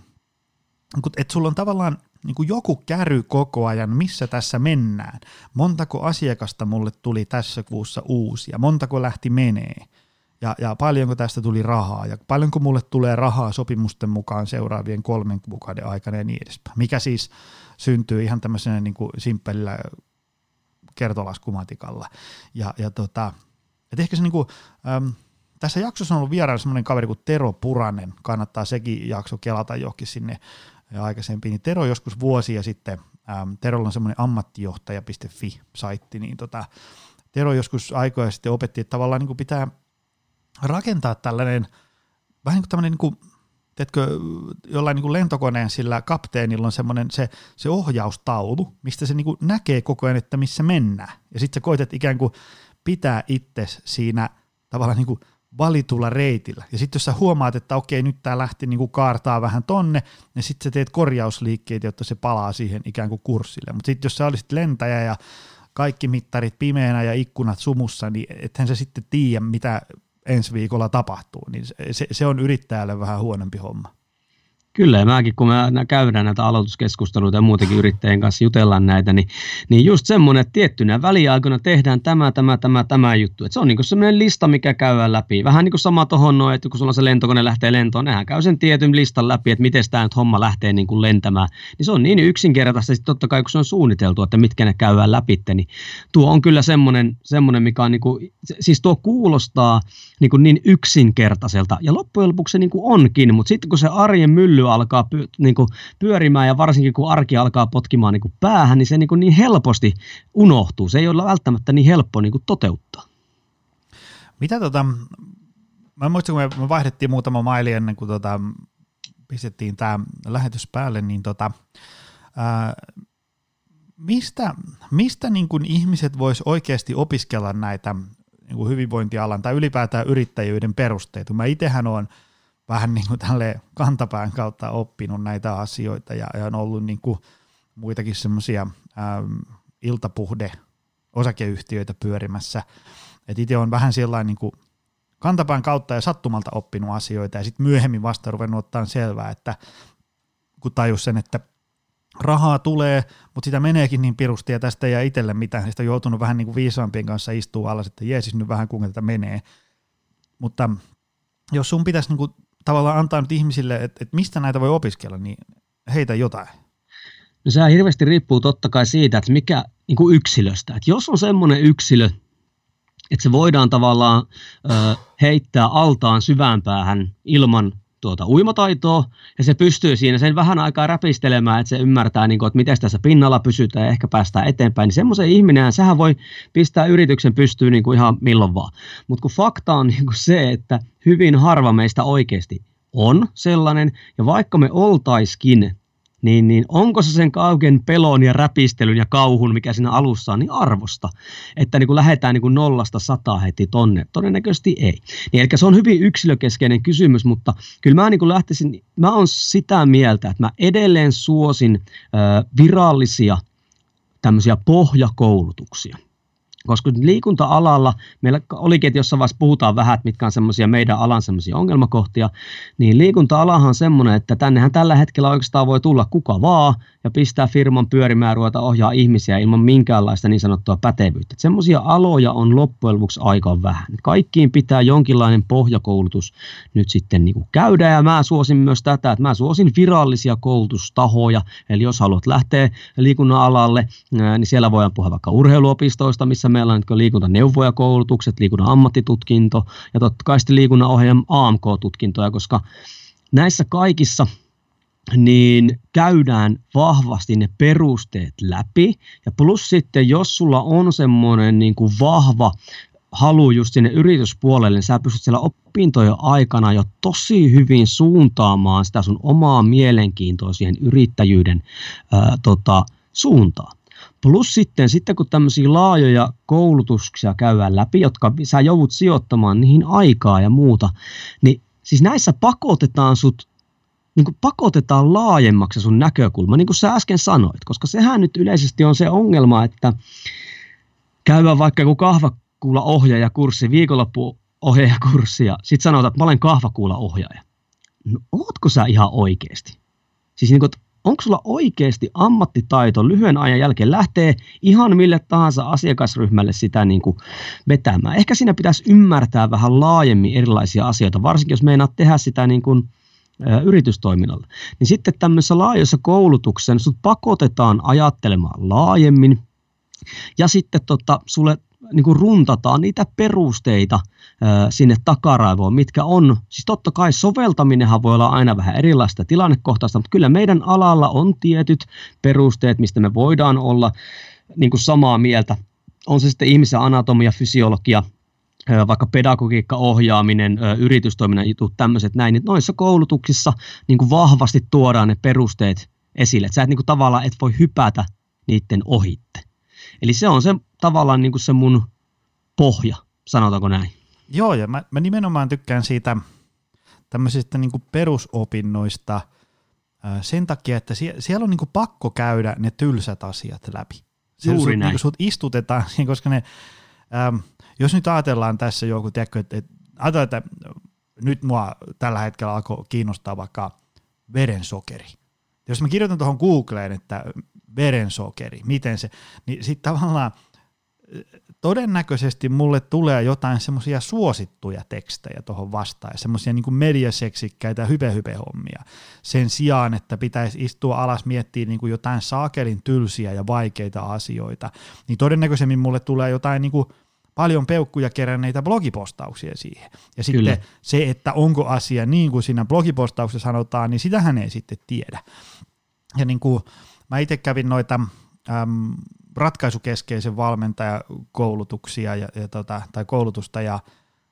että sulla on tavallaan niin kuin joku käry koko ajan, missä tässä mennään. Montako asiakasta mulle tuli tässä kuussa uusia, montako lähti menee. Ja, ja paljonko tästä tuli rahaa, ja paljonko mulle tulee rahaa sopimusten mukaan seuraavien kolmen kuukauden aikana ja niin edespäin. Mikä siis syntyy ihan tämmöisenä niin kuin simppelillä kertolaskumatikalla. Ja, ja tota, et ehkä se niin kuin, äm, tässä jaksossa on ollut vieraana semmoinen kaveri kuin Tero Puranen, kannattaa sekin jakso kelata johonkin sinne aikaisempiin. Niin Tero joskus vuosia sitten, äm, Terolla on semmoinen ammattijohtaja piste fi-saitti, niin tota, Tero joskus aikoja sitten opetti, että tavallaan niin kuin pitää rakentaa tällainen, vähän niin kuin tämmöinen, niin kuin, teetkö, jollain niin kuin lentokoneen sillä kapteenilla on semmoinen se, se ohjaustaulu, mistä se niin kuin näkee koko ajan, että missä mennään. Ja sitten sä koetat ikään kuin pitää itsesi siinä tavallaan niin kuin valitulla reitillä. Ja sitten jos sä huomaat, että okei, nyt tää lähti niin kuin kaartaa vähän tonne, niin sitten sä teet korjausliikkeitä, jotta se palaa siihen ikään kuin kurssille. Mutta sitten jos sä olisit lentäjä ja kaikki mittarit pimeänä ja ikkunat sumussa, niin ethän sä sitten tiedä, mitä ensi viikolla tapahtuu, niin se, se on yrittäjälle vähän huonompi homma. Kyllä, ja mäkin kun me käydään näitä aloituskeskusteluita ja muutenkin yrittäjien kanssa jutellaan näitä, niin, niin just semmoinen, että tiettynä väliaikoina tehdään tämä, tämä, tämä, tämä juttu. Että se on niin kuin semmoinen lista, mikä käydään läpi. Vähän niin kuin sama tohon noin, että kun sulla se lentokone lähtee lentoon, nehän käy sen tietyn listan läpi, että miten tämä nyt homma lähtee niin kuin lentämään. Niin se on niin yksinkertaista, sitten totta kai kun se on suunniteltu, että mitkä ne käydään läpi, niin tuo on kyllä semmoinen, semmoinen mikä on, niin kuin, siis tuo kuulostaa niin, kuin niin yksinkertaiselta, ja loppujen lopuksi se niin kuin onkin, mutta sitten kun se arjen mylly alkaa py, niin kuin pyörimään ja varsinkin kun arki alkaa potkimaan niin kuin päähän, niin se niin, kuin niin helposti unohtuu. Se ei ole välttämättä niin helppo niin kuin toteuttaa. Mitä tota, mä muistan kun me, me vaihdettiin muutama maili ennen kuin tota, pistettiin tämä lähetys päälle, niin tota, ää, mistä, mistä niin kuin ihmiset vois oikeasti opiskella näitä niin kuin hyvinvointialan tai ylipäätään yrittäjyyden perusteita? Mä itsehän olen vähän niin kuin tälleen kantapään kautta oppinut näitä asioita ja, ja on ollut niin kuin muitakin semmoisia iltapuhde-osakeyhtiöitä pyörimässä. Et itse on vähän sellainen niin kuin kantapään kautta ja sattumalta oppinut asioita ja sitten myöhemmin vasta ruvennut ottaa selvää, että kun tajus sen, että rahaa tulee, mutta sitä meneekin niin pirusti ja tästä ei jää itselle mitään. Sitä on joutunut vähän niin kuin viisaampien kanssa istua alas, että jeesis nyt vähän kuinka tätä menee. Mutta jos sun pitäisi niin kuin tavallaan antaa nyt ihmisille, että, että mistä näitä voi opiskella, niin heitä jotain. No sehän hirveästi riippuu totta kai siitä, että mikä niin kuin yksilöstä. Että jos on semmoinen yksilö, että se voidaan tavallaan ö, heittää altaan syvään päähän ilman tuota uimataitoa, ja se pystyy siinä sen vähän aikaa räpistelemään, että se ymmärtää, niin kuin, että miten tässä pinnalla pysytään ja ehkä päästään eteenpäin, niin semmoisen ihminen, sehän voi pistää yrityksen pystyyn niin kuin ihan milloin vaan. Mutta kun fakta on niin kuin se, että hyvin harva meistä oikeasti on sellainen, ja vaikka me oltaiskin, niin, niin onko se sen kauken pelon ja räpistelyn ja kauhun, mikä siinä alussa on, niin arvosta, että niin kuin lähdetään niin kuin nollasta sataa heti tonne? Todennäköisesti ei. Niin, eli se on hyvin yksilökeskeinen kysymys, mutta kyllä mä niin kuin lähtisin, mä oon sitä mieltä, että mä edelleen suosin ö, virallisia tämmöisiä pohjakoulutuksia. Koska liikunta-alalla, meillä olikin, että jossain vaiheessa puhutaan vähän, että mitkä on semmoisia meidän alan semmoisia ongelmakohtia, niin liikunta-alahan on semmoinen, että tännehän tällä hetkellä oikeastaan voi tulla kuka vaan ja pistää firman pyörimään, ruveta ohjaa ihmisiä ilman minkäänlaista niin sanottua pätevyyttä. Semmoisia aloja on loppujen lopuksi aika vähän. Kaikkiin pitää jonkinlainen pohjakoulutus nyt sitten niin kuin käydä, ja mä suosin myös tätä, että mä suosin virallisia koulutustahoja, eli jos haluat lähteä liikunnan alalle, niin siellä voidaan puhua vaikka urheiluopistoista, missä meillä on liikuntaneuvojakoulutukset, liikunnan ammattitutkinto ja totta kai sitten liikunnan ohjaajan A M K-tutkintoja, koska näissä kaikissa niin käydään vahvasti ne perusteet läpi, ja plus sitten jos sulla on semmoinen niin kuin vahva halu just sinne yrityspuolelle, niin sä pystyt siellä opintojen aikana jo tosi hyvin suuntaamaan sitä sun omaa mielenkiintoa siihen yrittäjyyden ää, tota, suuntaan. Plus sitten, sitten kun tämmöisiä laajoja koulutuksia käydään läpi, jotka sä joudut sijoittamaan niihin aikaa ja muuta, niin siis näissä pakotetaan sut, niin kuin pakotetaan laajemmaksi sun näkökulma, niin kuin sä äsken sanoit, koska sehän nyt yleisesti on se ongelma, että käydään vaikka joku kahvakuulaohjaajakurssi, viikonloppuohjaajakurssi, ja sit sanotaan, että mä olen kahvakuulaohjaaja. No ootko sä ihan oikeesti? Siis niin kuin, onko sulla oikeasti ammattitaito lyhyen ajan jälkeen lähtee ihan mille tahansa asiakasryhmälle sitä niin kuin vetämään? Ehkä siinä pitäisi ymmärtää vähän laajemmin erilaisia asioita, varsinkin jos meinaat tehdä sitä niin kuin, ä, yritystoiminnalla. Niin sitten tämmöisessä laajoissa koulutuksessa sut pakotetaan ajattelemaan laajemmin, ja sitten tota, sulle niin kuin runtataan niitä perusteita ää, sinne takaraivoon, mitkä on, siis totta kai soveltaminenhan voi olla aina vähän erilaista tilannekohtaista, mutta kyllä meidän alalla on tietyt perusteet, mistä me voidaan olla niin kuin samaa mieltä. On se sitten ihmisen anatomia, fysiologia, ää, vaikka pedagogiikka, ohjaaminen, ää, yritystoiminnan jutut, tämmöiset näin, niin noissa koulutuksissa niin kuin vahvasti tuodaan ne perusteet esille, että sä et niin kuin tavallaan et voi hypätä niiden ohitte. Eli se on se tavallaan niin kuin se mun pohja, sanotaanko näin. Joo, ja mä, mä nimenomaan tykkään siitä tämmöisistä niin kuin perusopinnoista ää, sen takia, että sie, siellä on niin kuin pakko käydä ne tylsät asiat läpi. Juuri sut, näin. Niin sut istutetaan, koska ne, ää, jos nyt ajatellaan tässä joku, tiedätkö, että, että ajatellaan, että nyt mua tällä hetkellä alkoi kiinnostaa vaikka verensokeri. Jos mä kirjoitan tuohon Googleen, että verensokeri, miten se, niin sitten tavallaan todennäköisesti mulle tulee jotain semmoisia suosittuja tekstejä tuohon vastaan, semmoisia niin kuin mediaseksikkäitä hype-hype-hommia, sen sijaan, että pitäisi istua alas miettiä niin kuin jotain saakelin tylsiä ja vaikeita asioita, niin todennäköisemmin mulle tulee jotain niin kuin paljon peukkuja keränneitä blogipostauksia siihen. Ja sitten Kyllä. se, että onko asia niin kuin siinä blogipostauksessa sanotaan, niin sitähän ei sitten tiedä. Ja niin kuin mä itse kävin noita äm, ratkaisukeskeisen valmentajakoulutuksia ja, ja tota, tai koulutusta, ja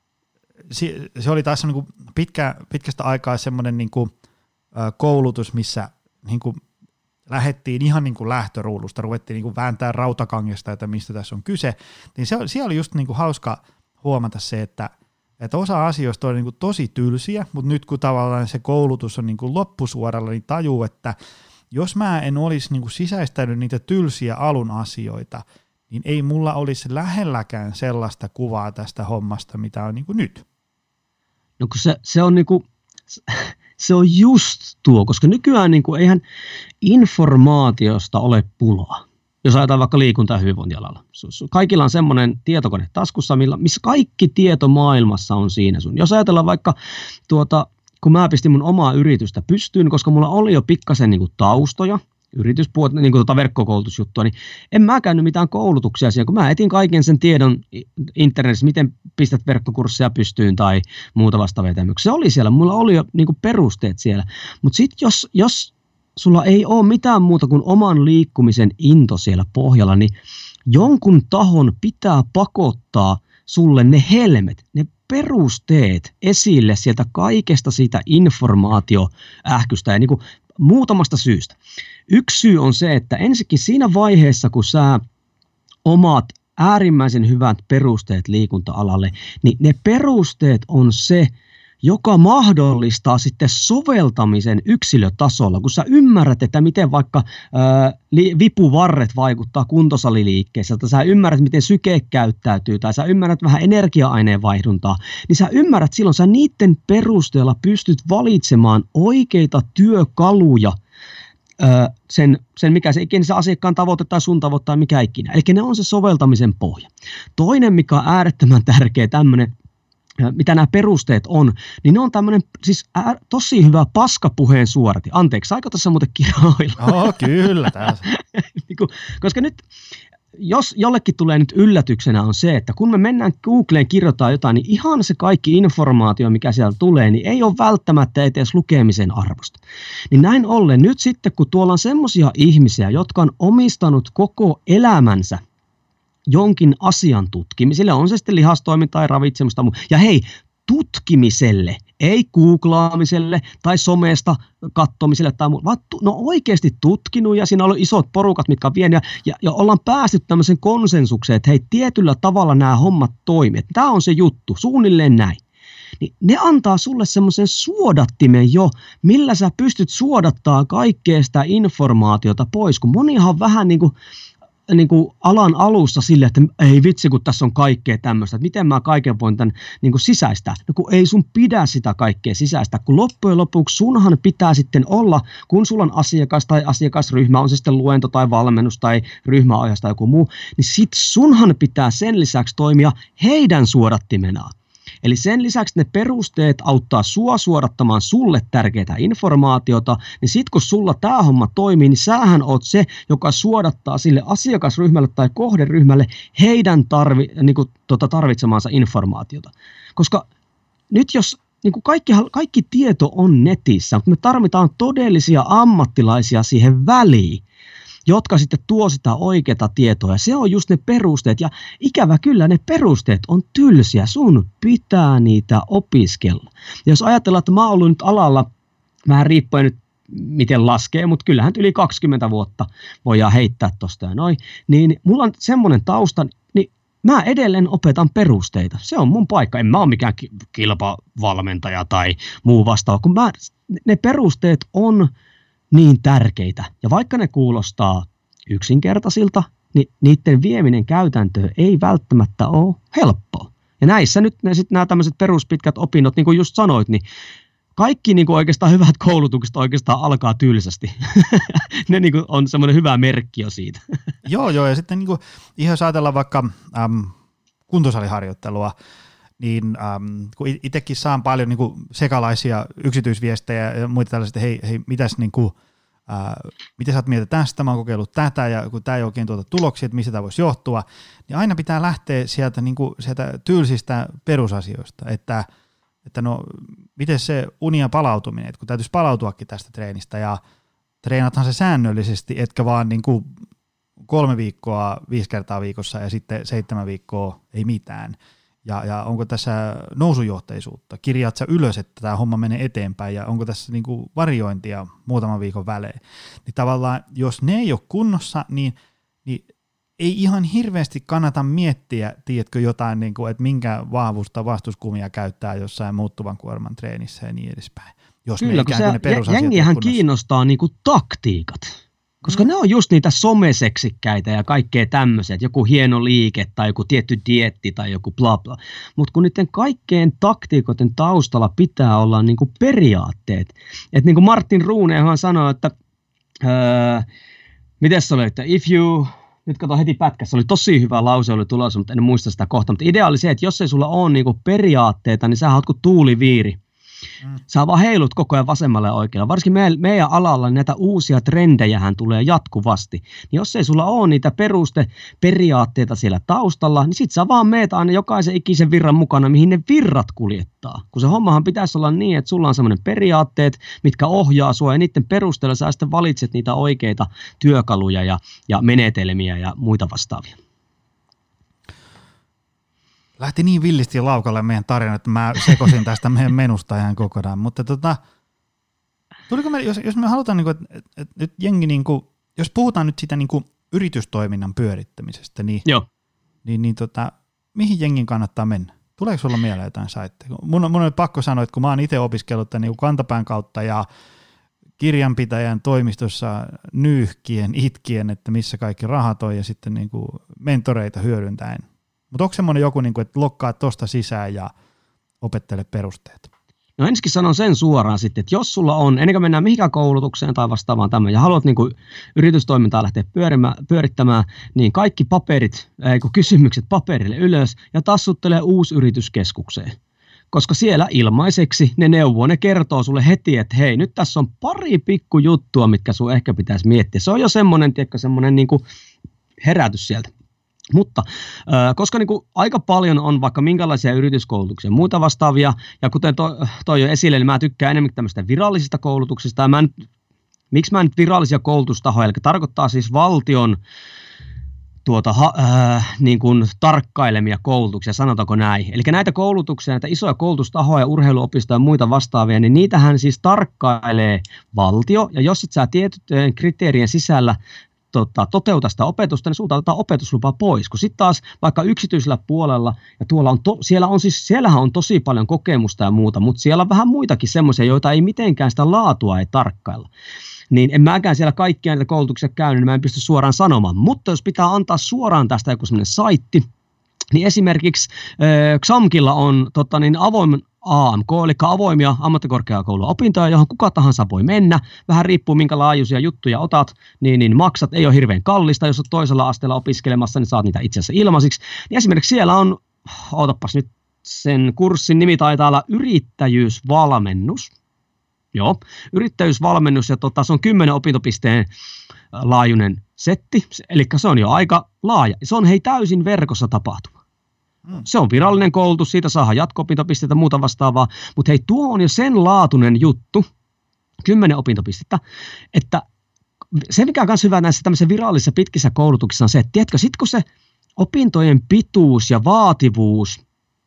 se, se oli taas niin kuin pitkä, pitkästä aikaa semmoinen niin kuin, ä, koulutus, missä niin kuin lähdettiin ihan niin kuin lähtöruudusta, ruvettiin niin kuin vääntää rautakangesta, että mistä tässä on kyse, niin se, siellä oli just niin kuin hauska huomata se, että, että osa asioista oli niin kuin tosi tylsiä, mutta nyt kun tavallaan se koulutus on niin kuin loppusuoralla, niin tajuu, että jos mä en olisi niin kuin sisäistänyt niitä tylsiä alun asioita, niin ei mulla olisi lähelläkään sellaista kuvaa tästä hommasta, mitä on niin kuin nyt. No kun se, se on niin kuin, se on just tuo, koska nykyään niin kuin eihän informaatiosta ole pulaa. Jos ajatellaan vaikka liikunta- ja hyvinvointialalla. Kaikilla on semmoinen tietokone taskussa, missä kaikki tieto maailmassa on siinä sun. Jos ajatellaan vaikka tuota, kun mä pistin mun omaa yritystä pystyyn, koska mulla oli jo pikkasen niin kuin taustoja, yrityspuolta, niin kuin tuota verkkokoulutusjuttua, niin en mä käynyt mitään koulutuksia siihen, kun mä etin kaiken sen tiedon internetissä, miten pistät verkkokursseja pystyyn tai muuta vastaavia tämmöksiä. Se oli siellä, mulla oli jo niin kuin perusteet siellä, mutta sitten jos, jos sulla ei ole mitään muuta kuin oman liikkumisen into siellä pohjalla, niin jonkun tahon pitää pakottaa sulle ne helmet, ne perusteet esille sieltä kaikesta siitä informaatioähkystä ja niin kuin muutamasta syystä. Yksi syy on se, että ensinnäkin siinä vaiheessa, kun sä omaat äärimmäisen hyvät perusteet liikunta-alalle, niin ne perusteet on se, joka mahdollistaa sitten soveltamisen yksilötasolla, kun sä ymmärrät, että miten vaikka ää, li, vipuvarret vaikuttaa kuntosaliliikkeessä, tai sä ymmärrät, miten syke käyttäytyy, tai sä ymmärrät vähän energia-aineenvaihduntaa, niin sä ymmärrät silloin, sä niiden perusteella pystyt valitsemaan oikeita työkaluja, ää, sen, sen mikä se ikinä se asiakkaan tavoite tai sun tavoite tai mikä ikinä. Eli ne on se soveltamisen pohja. Toinen, mikä on äärettömän tärkeä tämmöinen, mitä nämä perusteet on, niin ne on tämmöinen siis ää, tosi hyvä paskapuheen suorati. Anteeksi, saiko tässä muuten kiroilla? Oh, kyllä tässä. Koska nyt, jos jollekin tulee nyt yllätyksenä on se, että kun me mennään Googleen kirjoittaa jotain, niin ihan se kaikki informaatio, mikä siellä tulee, niin ei ole välttämättä edes lukemisen arvosta. Niin näin ollen nyt sitten, kun tuolla on semmoisia ihmisiä, jotka on omistanut koko elämänsä jonkin asian tutkimiselle, on se sitten lihastoiminta tai ravitsemusta, ja hei, tutkimiselle, ei googlaamiselle tai somesta katsomiselle tai muuta, vaan no oikeasti tutkinut ja siinä on ollut isot porukat, mitkä on vienyt ja, ja, ja ollaan päästy tämmöisen konsensukseen, että hei, tietyllä tavalla nämä hommat toimii. Tämä on se juttu, suunnilleen näin. Niin ne antaa sulle semmoisen suodattimen jo, millä sä pystyt suodattaa kaikkea sitä informaatiota pois, kun monihan vähän niin kuin niin kuin alan alussa sille, että ei vitsi, kun tässä on kaikkea tämmöistä, että miten mä kaiken voin tämän niin kuin sisäistää. No kun ei sun pidä sitä kaikkea sisäistää, kun loppujen lopuksi sunhan pitää sitten olla, kun sulla on asiakas tai asiakasryhmä, on se sitten luento tai valmennus tai ryhmäajasta tai joku muu, niin sit sunhan pitää sen lisäksi toimia heidän suodattimenaan. Eli sen lisäksi ne perusteet auttaa sua suodattamaan sulle tärkeää informaatiota, niin sit kun sulla tämä homma toimii, niin sähän oot se, joka suodattaa sille asiakasryhmälle tai kohderyhmälle heidän tarvi, niin kuin, tota, tarvitsemaansa informaatiota. Koska nyt jos niin kuin kaikki, kaikki tieto on netissä, mutta me tarvitaan todellisia ammattilaisia siihen väliin, jotka sitten tuo sitä oikeaa tietoa. Ja se on just ne perusteet. Ja ikävä kyllä ne perusteet on tylsiä. Sun pitää niitä opiskella. Ja jos ajatellaan, että mä oon ollut nyt alalla, vähän riippuen nyt miten laskee, mutta kyllähän yli kaksikymmentä vuotta voidaan heittää tosta ja noin, niin mulla on semmoinen tausta, niin mä edelleen opetan perusteita. Se on mun paikka. En mä ole mikään kilpavalmentaja tai muu vastaava, kun mä, ne perusteet on niin tärkeitä. Ja vaikka ne kuulostaa yksinkertaisilta, niin niiden vieminen käytäntöön ei välttämättä ole helppoa. Ja näissä nyt ne, sit nämä tämmöiset peruspitkät opinnot, niin kuin just sanoit, niin kaikki niin kuin oikeastaan hyvät koulutukset oikeastaan alkaa tylsästi. Ne niin kuin on semmoinen hyvä merkki jo siitä. Joo, joo, ja sitten niin kuin, ihan jos ajatellaan vaikka äm, kuntosaliharjoittelua, niin äm, kun itsekin saan paljon niin kuin sekalaisia yksityisviestejä ja muita tällaisia, hei, hei mitäs niin kuin, ää, mitä sä oot mieltä tästä, mä oon kokeillut tätä ja kun tää ei oikein tuota tuloksia, että mistä tämä voisi johtua, niin aina pitää lähteä sieltä, niin kuin, sieltä tylsistä perusasioista, että, että no miten se uni ja palautuminen, että kun täytyisi palautuakin tästä treenistä ja treenathan se säännöllisesti, etkä vaan niin kuin kolme viikkoa viisi kertaa viikossa ja sitten seitsemän viikkoa ei mitään. Ja, ja onko tässä nousujohteisuutta? Kirjaat sä ylös, että tämä homma menee eteenpäin ja onko tässä niinku variointia muutaman viikon välein? Niin tavallaan, jos ne ei ole kunnossa, niin, niin ei ihan hirveästi kannata miettiä, tiedätkö, jotain, niin kuin, että minkä vahvusta vastuskumia käyttää jossain muuttuvan kuorman treenissä ja niin edespäin. Jos Kyllä, ne kun ikään kuin ne perusasiat jengihän kiinnostaa niinku taktiikat. Koska mm. ne on just niitä someseksikkäitä ja kaikkea tämmöisiä, joku hieno liike tai joku tietty dieetti tai joku bla bla. Mutta kun niiden kaikkeen taktiikoiden taustalla pitää olla niinku periaatteet. Että niin kuin Martin Ruunehan sanoi, että öö, miten se oli, että if you, nyt kato heti pätkässä, oli tosi hyvä lause, oli tulossa, mutta en muista sitä kohta. Mutta idea oli se, että jos ei sulla ole niinku periaatteita, niin sä oot kuin tuuliviiri. Mm. Sä vaan heilut koko ajan vasemmalle ja oikealle. Varsinkin meidän, meidän alalla näitä uusia trendejähän tulee jatkuvasti. Niin jos ei sulla ole niitä perusteperiaatteita siellä taustalla, niin sit sä vaan meet aina jokaisen ikisen virran mukana, mihin ne virrat kuljettaa. Kun se hommahan pitäisi olla niin, että sulla on semmoinen periaatteet, mitkä ohjaa sua ja niiden perusteella sä sitten valitset niitä oikeita työkaluja ja, ja menetelmiä ja muita vastaavia. Lähti niin villisti laukalle meidän tarina, että mä sekosin tästä meidän menusta ihan kokonaan, mutta tota, tuliko me, jos, jos me halutaan, niin kuin, että, että, että nyt jengi, niin kuin, jos puhutaan nyt siitä niin kuin yritystoiminnan pyörittämisestä, niin, Joo. niin, niin tota, mihin jengin kannattaa mennä? Tuleeko sulla mieleen jotain saitteja? Mun on, mun on pakko sanoa, että kun mä oon itse opiskellut tämän niin kantapään kautta ja kirjanpitäjän toimistossa nyyhkien, itkien, että missä kaikki rahat on ja sitten niin kuin mentoreita hyödyntäen. Mutta onko semmoinen joku, niin kuin, että lokkaa tuosta sisään ja opettele perusteet? No ensinnäkin sanon sen suoraan sitten, että jos sulla on, ennen kuin mennään mihinkään koulutukseen tai vastaavaan tämmöinen, ja haluat niin kuin yritystoimintaa lähteä pyörittämään, niin kaikki paperit, ei kun kysymykset paperille ylös ja tassuttelee uusi yrityskeskukseen. Koska siellä ilmaiseksi ne neuvoo, ne kertoo sulle heti, että hei, nyt tässä on pari pikku juttua, mitkä sun ehkä pitäisi miettiä. Se on jo semmoinen, tiedätkö, semmoinen niin kuin herätys sieltä. Mutta äh, koska niin kuin aika paljon on vaikka minkälaisia yrityskoulutuksia ja muuta vastaavia, ja kuten to, toi jo esille, niin mä tykkään enemmän tämmöistä virallisista koulutuksista, ja mä nyt, miksi mä nyt virallisia koulutustahoja, eli tarkoittaa siis valtion tuota, ha, äh, niin kuin tarkkailemia koulutuksia, sanotaanko näin. Eli näitä koulutuksia, näitä isoja koulutustahoja, urheiluopistoja ja muita vastaavia, niin niitähän siis tarkkailee valtio, ja jos et sä tiettyjen kriteerien sisällä Tota, toteuta sitä opetusta, niin sulta otetaan opetuslupa pois. Kun sitten taas vaikka yksityisellä puolella, ja tuolla on to, siellä on siis, siellähän on tosi paljon kokemusta ja muuta, mutta siellä on vähän muitakin semmoisia, joita ei mitenkään sitä laatua ei tarkkailla. Niin en mäkään siellä kaikkia näitä koulutuksia käynyt, niin mä en pysty suoraan sanomaan. Mutta jos pitää antaa suoraan tästä joku semmoinen saitti, niin esimerkiksi äh, Xamkilla on tota, niin avoimen A M K, eli avoimia ammattikorkeakouluopintoja, johon kuka tahansa voi mennä. Vähän riippuu, minkä laajuisia juttuja otat, niin, niin maksat. Ei ole hirveän kallista, jos olet toisella asteella opiskelemassa, niin saat niitä itse asiassa ilmaisiksi. Niin esimerkiksi siellä on, ootapas nyt, sen kurssin nimi taitaa olla yrittäjyysvalmennus. Joo, yrittäjyysvalmennus, ja tota, se on kymmenen opintopisteen laajuinen setti, eli se on jo aika laaja. Se on hei täysin verkossa tapahtuva. Se on virallinen koulutus, siitä saadaan jatko-opintopisteitä ja muuta vastaavaa, mutta hei, tuo on jo sen laatuinen juttu, kymmenen opintopistettä, että se mikä on myös hyvä näissä tämmöisissä virallisissa pitkissä koulutuksissa on se, että tiedätkö, sit kun se opintojen pituus ja vaativuus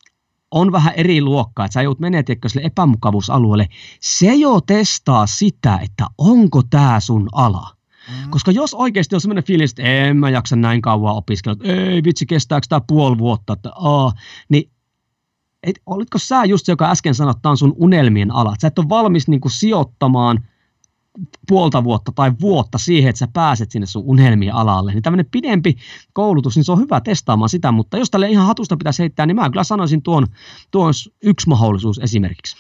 on vähän eri luokkaa, että sä joudut menemään tiedätkö, sille epämukavuusalueelle, se jo testaa sitä, että onko tämä sun ala. Mm. Koska jos oikeasti on semmoinen fiilis, että en mä jaksa näin kauan opiskella, että ei vitsi, kestääkö tämä puoli vuotta, että aa, niin et, olitko sä just se, joka äsken sanoi, että tämä on sun unelmien ala, että sä et ole valmis niin kuin sijoittamaan puolta vuotta tai vuotta siihen, että sä pääset sinne sun unelmien alalle, niin tämmöinen pidempi koulutus, niin se on hyvä testaamaan sitä, mutta jos tälle ihan hatusta pitäisi heittää, niin mä kyllä sanoisin tuon, tuon yksi mahdollisuus esimerkiksi.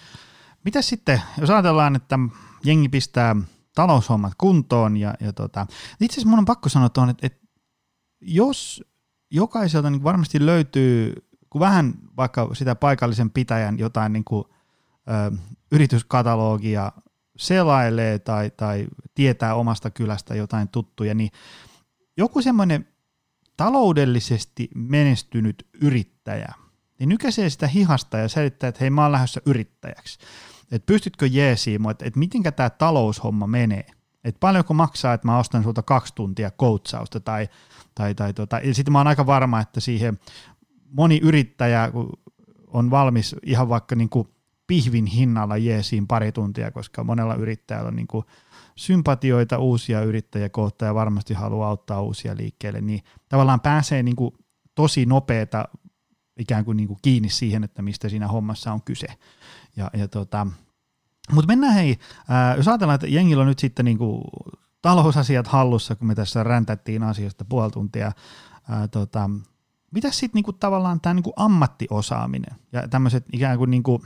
Mitäs sitten, jos ajatellaan, että jengi pistää taloushommat kuntoon ja, ja tota, itse asiassa mun on pakko sanoa tuohon, että, että jos jokaiselta niin varmasti löytyy, kun vähän vaikka sitä paikallisen pitäjän jotain niin kuin, ö, yrityskatalogia selailee tai, tai tietää omasta kylästä jotain tuttuja, niin joku semmoinen taloudellisesti menestynyt yrittäjä, niin nykäisee sitä hihasta ja selittää, että hei, mä oon lähdössä yrittäjäksi. Että pystytkö jeesiin, että et mitenkä tämä taloushomma menee, että paljonko maksaa, että mä ostan sulta kaksi tuntia coachausta, tai, tai, tai tota, ja sitten mä oon aika varma, että siihen moni yrittäjä on valmis ihan vaikka niinku pihvin hinnalla jeesiin pari tuntia, koska monella yrittäjällä on niinku sympatioita uusia yrittäjiä kohtaan ja varmasti haluaa auttaa uusia liikkeelle, niin tavallaan pääsee niinku tosi nopeata ikään kuin niinku kiinni siihen, että mistä siinä hommassa on kyse. Ja, ja tota, mutta mennään hei, ää, jos ajatellaan, että jengillä on nyt sitten niinku talousasiat hallussa, kun me tässä räntättiin asiasta puoli tuntia, ää, tota, mitäs sitten niinku tavallaan tämä niinku ammattiosaaminen ja tämmöiset ikään kuin niinku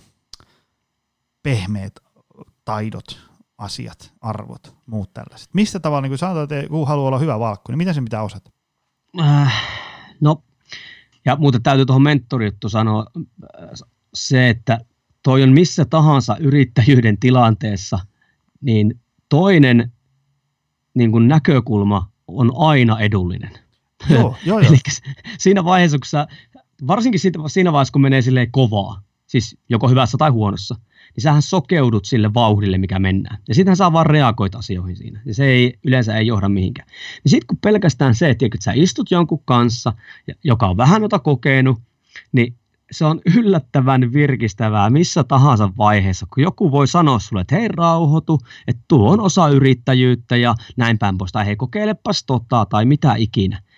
pehmeät taidot, asiat, arvot, muut tällaiset. Mistä tavalla, niin kun sanotaan, että kun haluaa olla hyvä valkku, niin mitä se pitää osata? Äh, no, ja muuten täytyy tuohon mentorijuttu sanoa se, että toi on missä tahansa yrittäjyyden tilanteessa, niin toinen niin kuin näkökulma on aina edullinen. Joo, joo, joo. Eli siinä vaiheessa, kun sä, varsinkin siinä vaiheessa, kun menee silleen kovaa, siis joko hyvässä tai huonossa, niin sähän sokeudut sille vauhdille, mikä mennään. Ja sittenhän saa vaan reagoida asioihin siinä. Ja se ei, yleensä ei johda mihinkään. Ja sitten kun pelkästään se, että, että sä istut jonkun kanssa, joka on vähän jota kokenut, niin se on yllättävän virkistävää missä tahansa vaiheessa, kun joku voi sanoa sulle, että hei rauhoitu, että tuo on osa yrittäjyyttä ja näin päin pois, tai hei kokeilepas tota, tai mitä ikinä.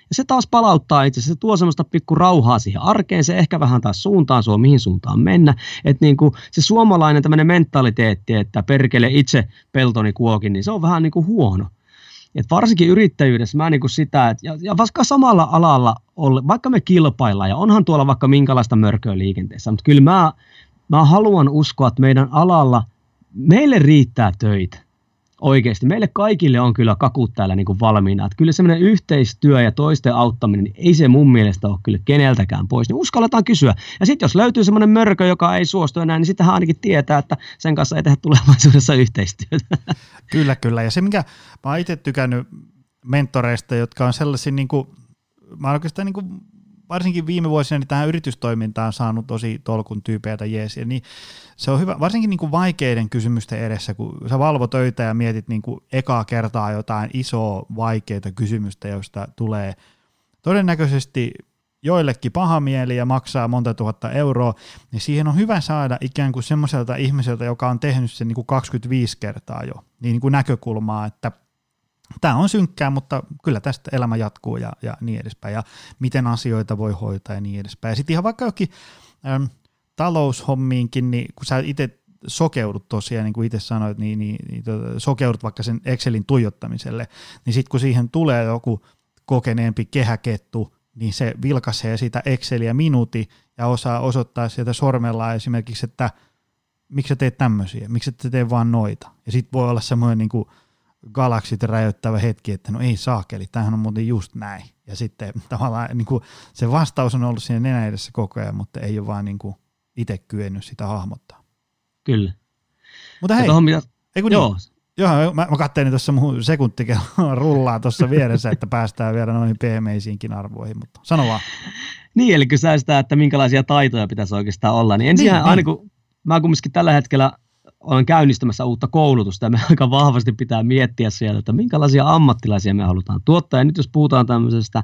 Ja se taas palauttaa itse asiassa, se tuo semmoista pikku rauhaa siihen arkeen, se ehkä vähän taas suuntaan sua, mihin suuntaan mennä. Että niin kuin se suomalainen tämmöinen mentaliteetti, että perkele itse peltoni kuokin, niin se on vähän niin kuin huono. Et varsinkin yrittäjyydessä mä niin kuin sitä, että ja, ja vaikka samalla alalla, vaikka me kilpaillaan, ja onhan tuolla vaikka minkälaista mörköä liikenteessä, mutta kyllä mä, mä haluan uskoa, että meidän alalla meille riittää töitä. Oikeasti. Meille kaikille on kyllä kakut täällä niin kuin valmiina. Että kyllä semmoinen yhteistyö ja toisten auttaminen, niin ei se mun mielestä ole kyllä keneltäkään pois. Niin uskalletaan kysyä. Ja sitten jos löytyy semmoinen mörkö, joka ei suostu enää, niin sittenhän ainakin tietää, että sen kanssa ei tehdä tulevaisuudessa yhteistyötä. Kyllä, kyllä. Ja se, mikä mä oon itse tykännyt mentoreista, jotka on sellaisia, niin kuin, mä oon oikeastaan niin kuin, varsinkin viime vuosina niin tähän yritystoimintaan saanut tosi tolkun tyypejä tai jeesiä, niin se on hyvä, varsinkin niin kuin vaikeiden kysymysten edessä, kun sä valvot töitä ja mietit niin kuin ekaa kertaa jotain isoa vaikeita kysymystä, josta tulee todennäköisesti joillekin paha mieli ja maksaa monta tuhatta euroa, niin siihen on hyvä saada ikään kuin semmoiselta ihmiseltä, joka on tehnyt sen niin kuin kaksikymmentäviisi kertaa jo, niin, niin kuin näkökulmaa, että tämä on synkkää, mutta kyllä tästä elämä jatkuu ja, ja niin edespäin, ja miten asioita voi hoitaa ja niin edespäin. Ja sitten ihan vaikka jokin äm, taloushommiinkin, niin kun sä itse sokeudut tosiaan, niin kuin itse sanoit, niin, niin, niin sokeudut vaikka sen Excelin tuijottamiselle, niin sitten kun siihen tulee joku kokeneempi kehäkettu, niin se vilkaisee sitä Exceliä minuutin ja osaa osoittaa sieltä sormella esimerkiksi, että miksi sä teet tämmöisiä, miksi et tee vaan noita. Ja sitten voi olla semmoinen niin kuin galaksit räjäyttävä hetki, että no ei saakeli, tämähän on muuten just näin. Ja sitten tavallaan niin kuin, se vastaus on ollut siinä nenän edessä koko ajan, mutta ei ole vaan niin kuin itse kyennyt sitä hahmottaa. Kyllä. Mutta hei, mitä... ei kun joo. Niin, joo, mä, mä katselin tuossa mun sekuntikello rullaa tuossa vieressä, että päästään vielä noihin pehmeisiinkin arvoihin, mutta sano vaan. Niin, eli kysyä sitä, että minkälaisia taitoja pitäisi oikeastaan olla, niin ensin niin, aina niin. kun mä kumminkin tällä hetkellä olen käynnistämässä uutta koulutusta ja me aika vahvasti pitää miettiä sieltä, että minkälaisia ammattilaisia me halutaan tuottaa. Ja nyt jos puhutaan tämmöisestä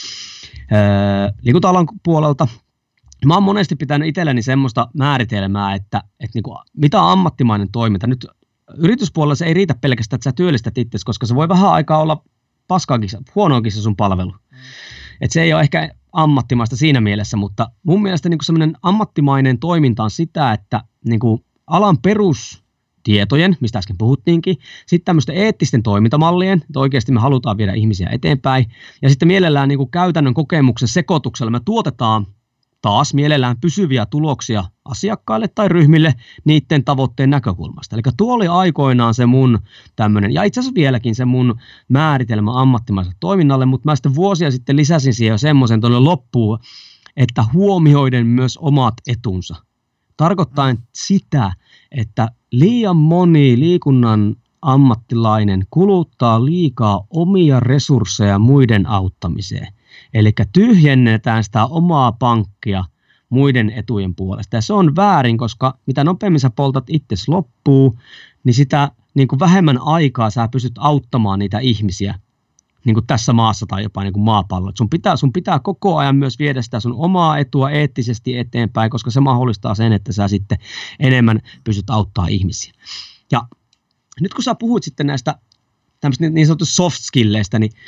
ää, liikunta-alan puolelta, mä oon monesti pitänyt itselleni semmoista määritelmää, että, että niin kuin, mitä on ammattimainen toiminta. Nyt yrityspuolella se ei riitä pelkästään, että sä työllistät itsesi, koska se voi vähän aikaa olla paskaakin, huonoakin se sun palvelu. Mm. Että se ei ole ehkä ammattimaista siinä mielessä, mutta mun mielestä niin kuin semmoinen ammattimainen toiminta on sitä, että niin kuin alan perustietojen, mistä äsken puhuttiinkin, sitten tämmöisten eettisten toimintamallien, että oikeasti me halutaan viedä ihmisiä eteenpäin, ja sitten mielellään niin kuin käytännön kokemuksen sekoituksella me tuotetaan taas mielellään pysyviä tuloksia asiakkaille tai ryhmille niiden tavoitteen näkökulmasta. Eli tuo oli aikoinaan se mun tämmöinen, ja itse asiassa vieläkin se mun määritelmä ammattimaiselle toiminnalle, mutta mä sitten vuosia sitten lisäsin siihen jo semmoisen tuonne loppuun, että huomioiden myös omat etunsa. Tarkoittaen sitä, että liian moni liikunnan ammattilainen kuluttaa liikaa omia resursseja muiden auttamiseen. Eli tyhjennetään sitä omaa pankkia muiden etujen puolesta. Ja se on väärin, koska mitä nopeammin sä poltat itsesi loppuu, niin sitä niin kuin vähemmän aikaa sä pystyt auttamaan niitä ihmisiä niin kuin tässä maassa tai jopa niin kuin maapallolla. Sun pitää, sun pitää koko ajan myös viedä sitä sun omaa etua eettisesti eteenpäin, koska se mahdollistaa sen, että sä sitten enemmän pystyt auttamaan ihmisiä. Ja nyt kun sä puhuit sitten näistä tämmöistä niin sanotusta soft skilleistä, niin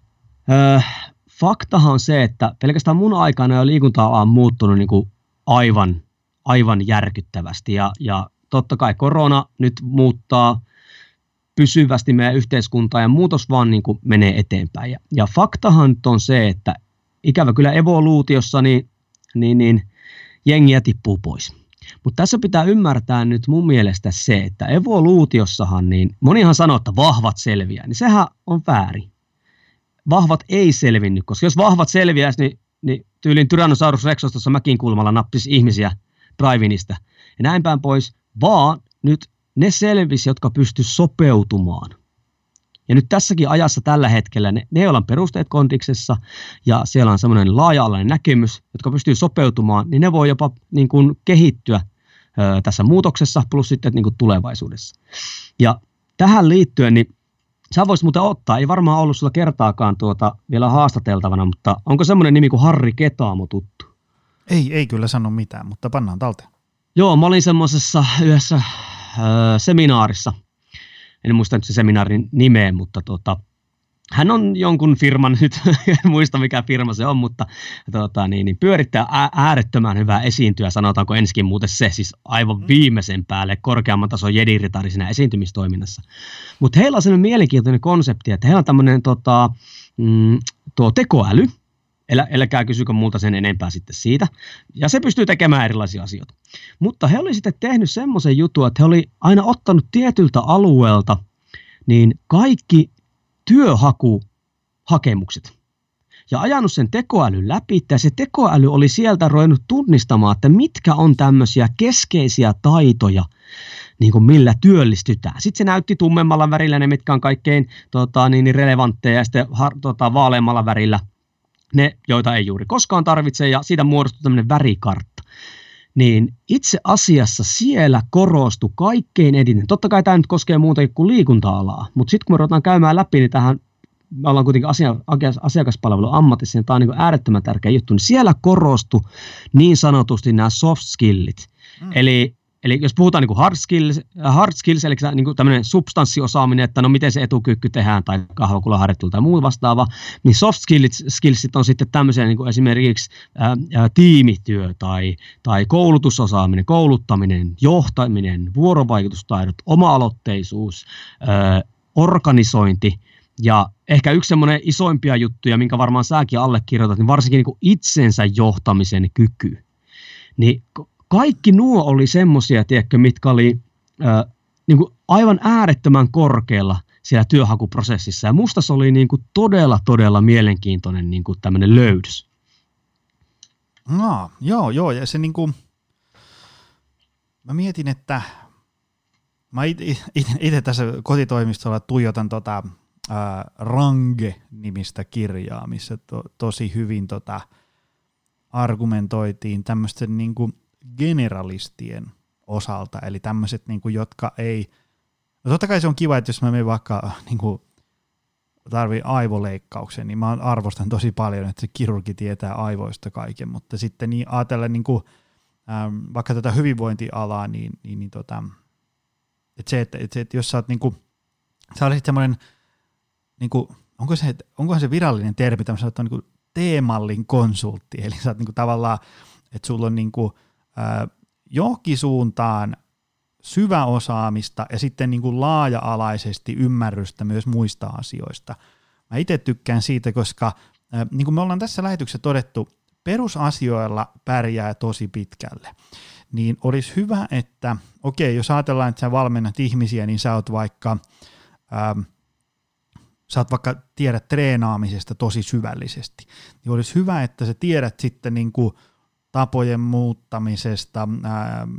öö, faktahan on se, että pelkästään mun aikana jo liikunta-ala on muuttunut niin kuin aivan, aivan järkyttävästi. Ja, ja totta kai korona nyt muuttaa pysyvästi meidän yhteiskuntaa ja muutos vaan niin kuin menee eteenpäin. Ja, ja faktahan on se, että ikävä kyllä evoluutiossa niin, niin, niin jengiä tippuu pois. Mutta tässä pitää ymmärtää nyt mun mielestä se, että evoluutiossahan, niin monihan sanoo, että vahvat selviää, niin sehän on väärin. Vahvat ei selvinnyt, koska jos vahvat selviäisi, niin, niin tyylin Tyrannosaurus Rexos tuossa mäkin kulmalla nappisi ihmisiä drive-inistä ja näin päin pois, vaan nyt ne selvisi, jotka pysty sopeutumaan. Ja nyt tässäkin ajassa tällä hetkellä ne, ne joilla on perusteet kondiksessa ja siellä on semmoinen laaja-alainen näkemys, jotka pystyy sopeutumaan, niin ne voi jopa niin kuin kehittyä ö, tässä muutoksessa plus sitten niin kuin tulevaisuudessa. Ja tähän liittyen, niin sä voisit muuten ottaa, ei varmaan ollut sulla kertaakaan tuota vielä haastateltavana, mutta onko semmoinen nimi kuin Harri Ketaamo tuttu? Ei, ei kyllä sano mitään, mutta pannaan talteen. Joo, mä olin semmoisessa yhdessä ö, seminaarissa, en muista nyt se seminaarin nimeä, mutta tuota, hän on jonkun firman, nyt en muista mikä firma se on, mutta tota, niin, niin pyörittää äärettömän hyvää esiintyä, sanotaanko ensikin muuten se, siis aivan viimeisen päälle korkeamman tason jediritari siinä esiintymistoiminnassa. Mutta heillä on sellainen mielenkiintoinen konsepti, että heillä on tämmöinen tota, mm, tuo tekoäly, Elä, älkää kysykö multa sen enempää sitten siitä. Ja se pystyy tekemään erilaisia asioita. Mutta he oli sitten tehnyt semmoisen jutun, että he oli aina ottanut tietyltä alueelta niin kaikki työhakuhakemukset ja ajanut sen tekoälyn läpi, ja se tekoäly oli sieltä ruvennut tunnistamaan, että mitkä on tämmöisiä keskeisiä taitoja, niin kuin millä työllistytään. Sitten se näytti tummemmalla värillä ne, mitkä on kaikkein tota, niin relevantteja, ja sitten har, tota, vaaleammalla värillä ne, joita ei juuri koskaan tarvitse, ja siitä muodostui tämmöinen värikartta. Niin itse asiassa siellä korostui kaikkein eniten. Totta kai tämä nyt koskee muuta kuin liikunta-alaa, mutta sitten kun me ruvetaan käymään läpi, niin tähän me ollaan kuitenkin asia, asiakaspalvelun ammatissa, niin tämä on niin kuin äärettömän tärkeä juttu, niin siellä korostui niin sanotusti nämä soft skillit. Mm. Eli Eli jos puhutaan niin kuin hard skills, hard skills, eli niin kuin tämmöinen substanssiosaaminen, että no miten se etukyykky tehdään tai kahvakulaharjoittelu tai muu vastaava, niin soft skills, skillsit on sitten tämmöisiä niin kuin esimerkiksi ää, ää, tiimityö tai, tai koulutusosaaminen, kouluttaminen, johtaminen, vuorovaikutustaidot, oma-aloitteisuus, ää, organisointi ja ehkä yksi semmoinen isoimpia juttuja, minkä varmaan säkin allekirjoitat, niin varsinkin niin kuin itsensä johtamisen kyky. Niin kaikki nuo oli semmoisia, tiedätkö, mitkä oli äh, niin kuin aivan äärettömän korkealla siellä työhakuprosessissa. Ja musta se oli niin kuin todella, todella mielenkiintoinen niin kuin tämmöinen löydös. No, joo, joo. Ja se niin kuin, mä mietin, että mä itse tässä kotitoimistolla tuijotan tota ää, Range-nimistä kirjaa, missä to, tosi hyvin tota, argumentoitiin tämmöisten niin kuin generalistien osalta, eli tämmöiset, niin kuin, jotka ei, no totta kai se on kiva, että jos mä menen vaikka niin kuin, tarvii aivoleikkauksen, niin mä arvostan tosi paljon, että se kirurgi tietää aivoista kaiken, mutta sitten niin ajatellen niin kuin, ähm, vaikka tätä hyvinvointialaa, niin, niin, niin tota, että se, että, että, että jos sä oot niin kuin, sä olisit semmoinen, niin kuin, onko se, onkohan se virallinen termi, tämmöinen niin kuin T-mallin konsultti, eli sä oot niin kuin, tavallaan, että sulla on niin kuin, äh, johonkin suuntaan syvä osaamista ja sitten niin kuin laaja-alaisesti ymmärrystä myös muista asioista. Mä itse tykkään siitä, koska äh, niin kuin me ollaan tässä lähetyksessä todettu, perusasioilla pärjää tosi pitkälle. Niin olisi hyvä, että okei, jos ajatellaan, että sä valmennat ihmisiä, niin sä oot vaikka, ähm, sä oot vaikka tiedät treenaamisesta tosi syvällisesti. Niin olisi hyvä, että sä tiedät sitten niin kuin tapojen muuttamisesta, ää,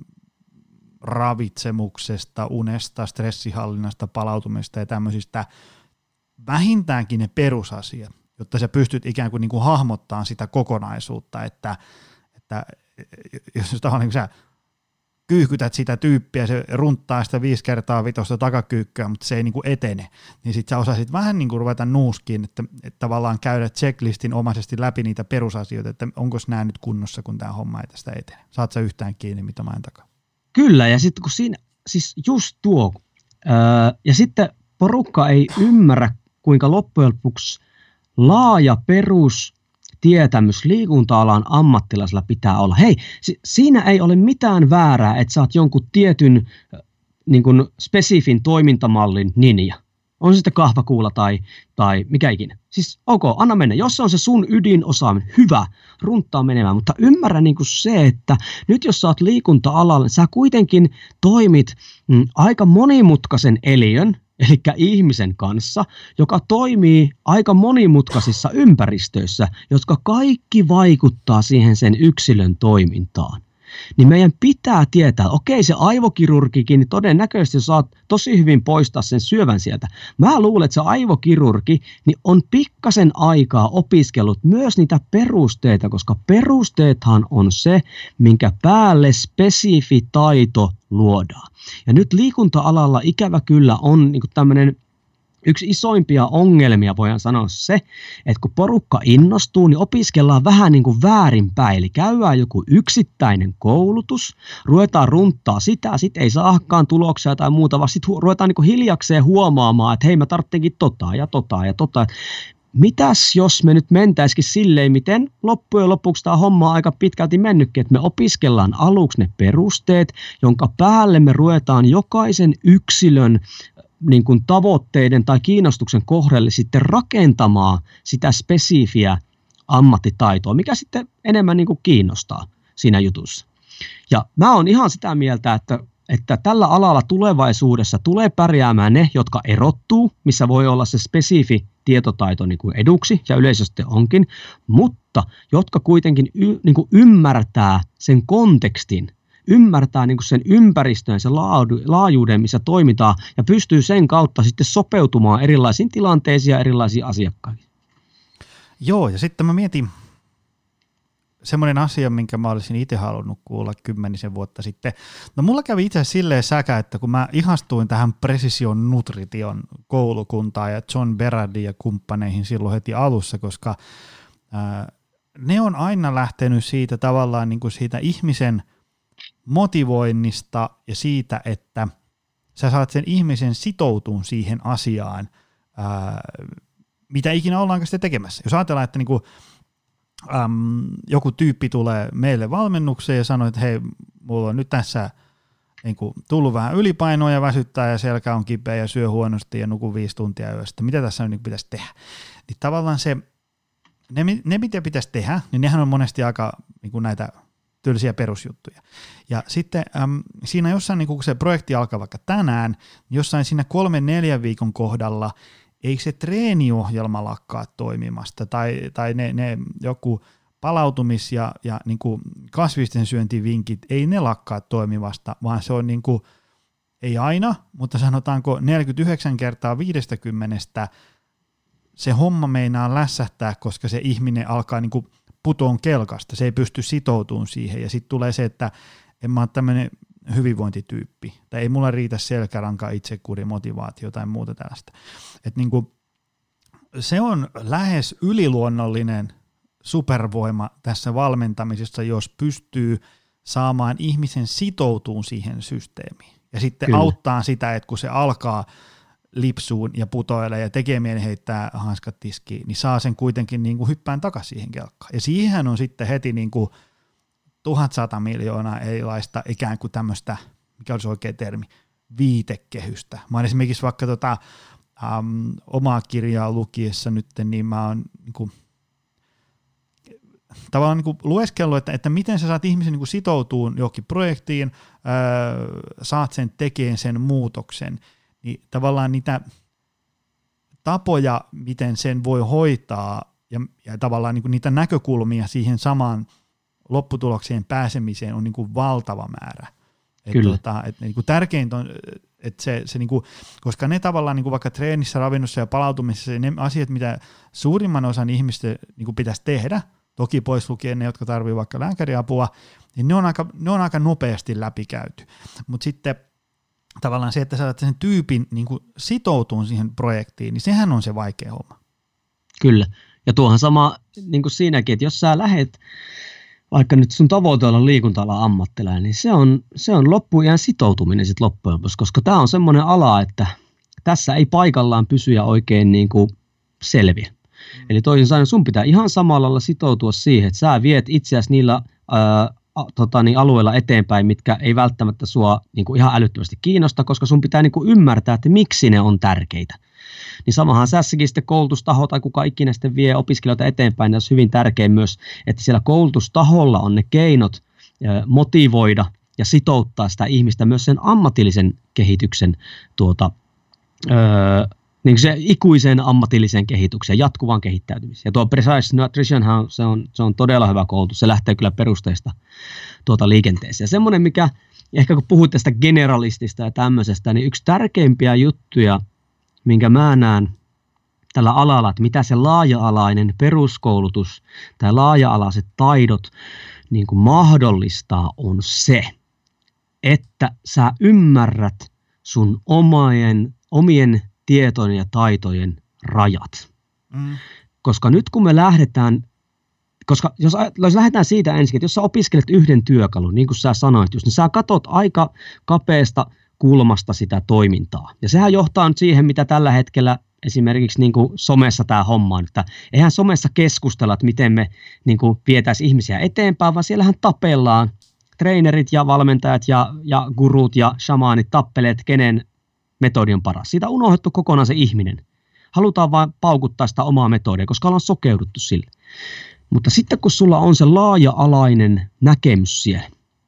ravitsemuksesta, unesta, stressihallinnasta, palautumista ja tämmöisistä vähintäänkin ne perusasiat, jotta sä pystyt ikään kuin, niin kuin hahmottamaan sitä kokonaisuutta, että, että jos tavallaan niin sä kyyhkytät sitä tyyppiä, se runttaa sitä viisi kertaa vitosta takakyykkyä, mutta se ei niin kuin etene, niin sit sä osasit vähän niin kuin ruveta nuuskiin, että, että tavallaan käydä checklistin omaisesti läpi niitä perusasioita, että onko nämä nyt kunnossa, kun tämä homma ei tästä etene. Saat sä yhtään kiinni, mitä mä en takaa? Kyllä, ja sitten kun siinä, siis just tuo, öö, ja sitten porukka ei ymmärrä, kuinka loppujen lopuksi laaja perus tietämys liikunta-alan ammattilaisella pitää olla. Hei, si- siinä ei ole mitään väärää, että sä oot jonkun tietyn niin kuin spesifin toimintamallin ninja. On se sitten kahvakuula tai, tai mikä ikinä. Siis ok, anna mennä. Jos se on se sun ydinosaaminen, hyvä, runttaa menemään. Mutta ymmärrä niin kuin se, että nyt jos sä oot liikunta-alalla, sä kuitenkin toimit mm, aika monimutkaisen eliön, eli ihmisen kanssa, joka toimii aika monimutkaisissa ympäristöissä, jotka kaikki vaikuttaa siihen sen yksilön toimintaan. Niin meidän pitää tietää, että okei, se aivokirurgikin, niin todennäköisesti saat tosi hyvin poistaa sen syövän sieltä. Mä luulen, että se aivokirurgi niin on pikkasen aikaa opiskellut myös niitä perusteita, koska perusteethan on se, minkä päälle spesifi taito luodaan. Ja nyt liikunta-alalla ikävä kyllä on niin kuin tämmöinen yksi isoimpia ongelmia voidaan sanoa se, että kun porukka innostuu, niin opiskellaan vähän niin kuin väärinpäin. Eli käydään joku yksittäinen koulutus, ruvetaan runttaa sitä, sitten ei saakaan tuloksia tai muuta, vaan sitten ruvetaan niin kuin hiljakseen huomaamaan, että hei, mä tarvitsenkin tota ja tota ja tota. Mitäs jos me nyt mentäisikin silleen, miten loppujen lopuksi tämä homma on aika pitkälti mennytkin, että me opiskellaan aluksi ne perusteet, jonka päälle me ruvetaan jokaisen yksilön niin kuin tavoitteiden tai kiinnostuksen kohdelle sitten rakentamaan sitä spesifiä ammattitaitoa, mikä sitten enemmän niin kuin kiinnostaa siinä jutussa. Ja mä oon ihan sitä mieltä, että, että tällä alalla tulevaisuudessa tulee pärjäämään ne, jotka erottuu, missä voi olla se spesifi tietotaito niin kuin eduksi ja yleisesti onkin, mutta jotka kuitenkin y, niin kuin ymmärtää sen kontekstin, ymmärtää niin kuin sen ympäristön, sen laajuuden, missä toimitaan ja pystyy sen kautta sitten sopeutumaan erilaisiin tilanteisiin ja erilaisiin asiakkaisiin. Joo, ja sitten mä mietin semmoinen asia, minkä mä olisin itse halunnut kuulla kymmenisen vuotta sitten. No mulla kävi itse asiassa silleen säkä, että kun mä ihastuin tähän Precision Nutrition koulukuntaan ja John Berardin ja kumppaneihin silloin heti alussa, koska ää, ne on aina lähtenyt siitä tavallaan niin kuin siitä ihmisen motivoinnista ja siitä, että sä saat sen ihmisen sitoutumaan siihen asiaan, ää, mitä ikinä ollaanko sitten tekemässä. Jos ajatellaan, että niinku, äm, joku tyyppi tulee meille valmennukseen ja sanoo, että hei, mulla on nyt tässä niinku, tullut vähän ylipainoa ja väsyttää ja selkä on kipeä ja syö huonosti ja nuku viisi tuntia yöstä. Mitä tässä nyt pitäisi tehdä? Niin tavallaan se, ne, ne mitä pitäisi tehdä, niin nehän on monesti aika niinku, näitä tylsiä perusjuttuja. Ja sitten äm, siinä jossain, niin kun se projekti alkaa vaikka tänään, jossain siinä kolmen neljän viikon kohdalla ei se treeniohjelma lakkaa toimimasta, tai, tai ne, ne joku palautumis- ja, ja niin kuin kasvisten syöntivinkit, ei ne lakkaa toimimasta, vaan se on niin kuin, ei aina, mutta sanotaanko neljäkymmentäyhdeksän kertaa viisikymmentä se homma meinaa lässähtää, koska se ihminen alkaa niin kuin putoon kelkasta, se ei pysty sitoutumaan siihen, ja sitten tulee se, että en mä ole tämmöinen hyvinvointityyppi, tai ei mulla riitä selkäranka, itsekuri, motivaatio tai muuta tällaista. Et niinku, se on lähes yliluonnollinen supervoima tässä valmentamisessa, jos pystyy saamaan ihmisen sitoutumaan siihen systeemiin, ja sitten Kyllä. auttaa sitä, että kun se alkaa lipsuun ja putoilee ja tekee mieli heittää hanskat tiskiin, niin saa sen kuitenkin niin kuin hyppään takaisin siihen kelkkaan. Ja siihen on sitten heti niin kuin tuhatsata miljoonaa erilaista ikään kuin tämmöistä, mikä olisi oikea termi, viitekehystä. Mä oon esimerkiksi vaikka tota, äm, omaa kirjaa lukiessa nyt, niin mä oon niin kuin, tavallaan niin kuin lueskellut, että, että miten sä saat ihmisen niin kuin sitoutumaan johonkin projektiin, öö, saat sen tekemään sen muutoksen, niin tavallaan niitä tapoja, miten sen voi hoitaa ja, ja tavallaan niin kuin niitä näkökulmia siihen samaan lopputulokseen pääsemiseen on niin kuin valtava määrä. Kyllä. Et, tota, et, niin kuin tärkeintä on, että se, se niin kuin, koska ne tavallaan niin kuin vaikka treenissä, ravinnossa ja palautumisessa, ne asiat, mitä suurimman osan ihmistä niin kuin pitäisi tehdä, toki pois lukien ne, jotka tarvitsevat vaikka lääkäriapua, niin ne on aika, ne on aika nopeasti läpikäyty. Mutta sitten tavallaan se, että sä saat sen tyypin niin kuin sitoutuun siihen projektiin, niin sehän on se vaikea homma. Kyllä. Ja tuohan sama niin kuin siinäkin, että jos sä lähet, vaikka nyt sun tavoite olla liikunta-alan ammattilainen, niin se on, se on loppuiän sitoutuminen sitten loppujen lopuksi, koska tämä on semmoinen ala, että tässä ei paikallaan pysyä oikein niin kuin selviä. Mm. Eli toisin sanoen sun pitää ihan samalla lailla sitoutua siihen, että sä viet itseäsi niillä ää, Tota, niin alueella eteenpäin, mitkä ei välttämättä sua niin kuin ihan älyttömästi kiinnosta, koska sun pitää niin kuin ymmärtää, että miksi ne on tärkeitä. Niin samahan sässäkin sitten koulutustaho tai kuka ikinä sitten vie opiskelijoita eteenpäin, niin olisi hyvin tärkeää myös, että siellä koulutustaholla on ne keinot äh, motivoida ja sitouttaa sitä ihmistä myös sen ammatillisen kehityksen tuota, äh, niin se ikuisen ammatillisen kehityksen, jatkuvan kehittäytymisen. Ja tuo Precise Nutrition, se on, se on todella hyvä koulutus. Se lähtee kyllä perusteista tuota liikenteeseen. Ja semmoinen, mikä, ehkä kun puhuit tästä generalistista ja tämmöisestä, niin yksi tärkeimpiä juttuja, minkä mä näen tällä alalla, että mitä se laaja-alainen peruskoulutus tai laaja-alaiset taidot niin kuin mahdollistaa, on se, että sä ymmärrät sun omien, omien tietojen ja taitojen rajat. Mm. Koska nyt kun me lähdetään, koska jos, jos lähdetään siitä ensin, että jos sä opiskelet yhden työkalun, niin kuin sä sanoit just, niin sä katot aika kapeasta kulmasta sitä toimintaa. Ja sehän johtaa nyt siihen, mitä tällä hetkellä esimerkiksi niin kuin somessa tämä homma on, että eihän somessa keskustella, että miten me niin kuin vietäisiin ihmisiä eteenpäin, vaan siellähän tapellaan. Trainerit ja valmentajat ja, ja gurut ja shamaanit tappeleet, kenen metodi on paras. Siitä on unohdettu kokonaan se ihminen. Halutaan vain paukuttaa sitä omaa metodia, koska ollaan sokeuduttu sille. Mutta sitten kun sulla on se laaja-alainen näkemys siellä,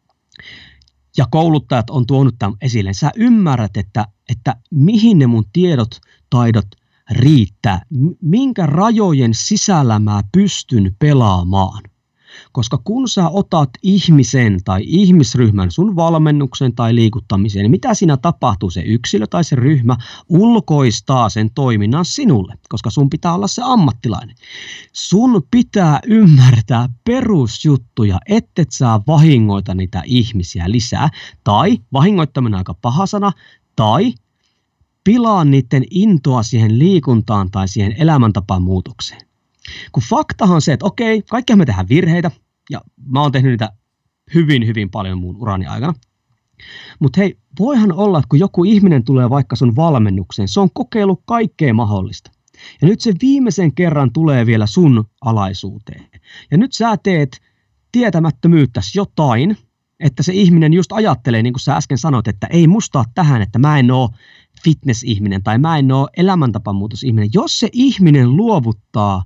ja kouluttajat on tuonut tämän esille, niin sä ymmärrät, että, että mihin ne mun tiedot, taidot riittää, minkä rajojen sisällä mä pystyn pelaamaan. Koska kun sä otat ihmisen tai ihmisryhmän sun valmennuksen tai liikuttamiseen, niin mitä siinä tapahtuu? Se yksilö tai se ryhmä ulkoistaa sen toiminnan sinulle, koska sun pitää olla se ammattilainen. Sun pitää ymmärtää perusjuttuja, ettet sä vahingoita niitä ihmisiä lisää, tai vahingoittaminen on aika paha sana, tai pilaa niiden intoa siihen liikuntaan tai siihen elämäntapaan muutokseen. Kun faktahan on se, että okei, kaikkihan me tehdään virheitä, ja mä oon tehnyt niitä hyvin, hyvin paljon mun urani aikana. Mutta hei, voihan olla, että kun joku ihminen tulee vaikka sun valmennukseen, se on kokeillut kaikkea mahdollista. Ja nyt se viimeisen kerran tulee vielä sun alaisuuteen. Ja nyt sä teet tietämättömyyttäsi jotain, että se ihminen just ajattelee, niin kuin sä äsken sanoit, että ei musta ole tähän, että mä en ole fitness-ihminen tai mä en ole elämäntapamuutosihminen. Jos se ihminen luovuttaa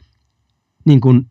niin kuin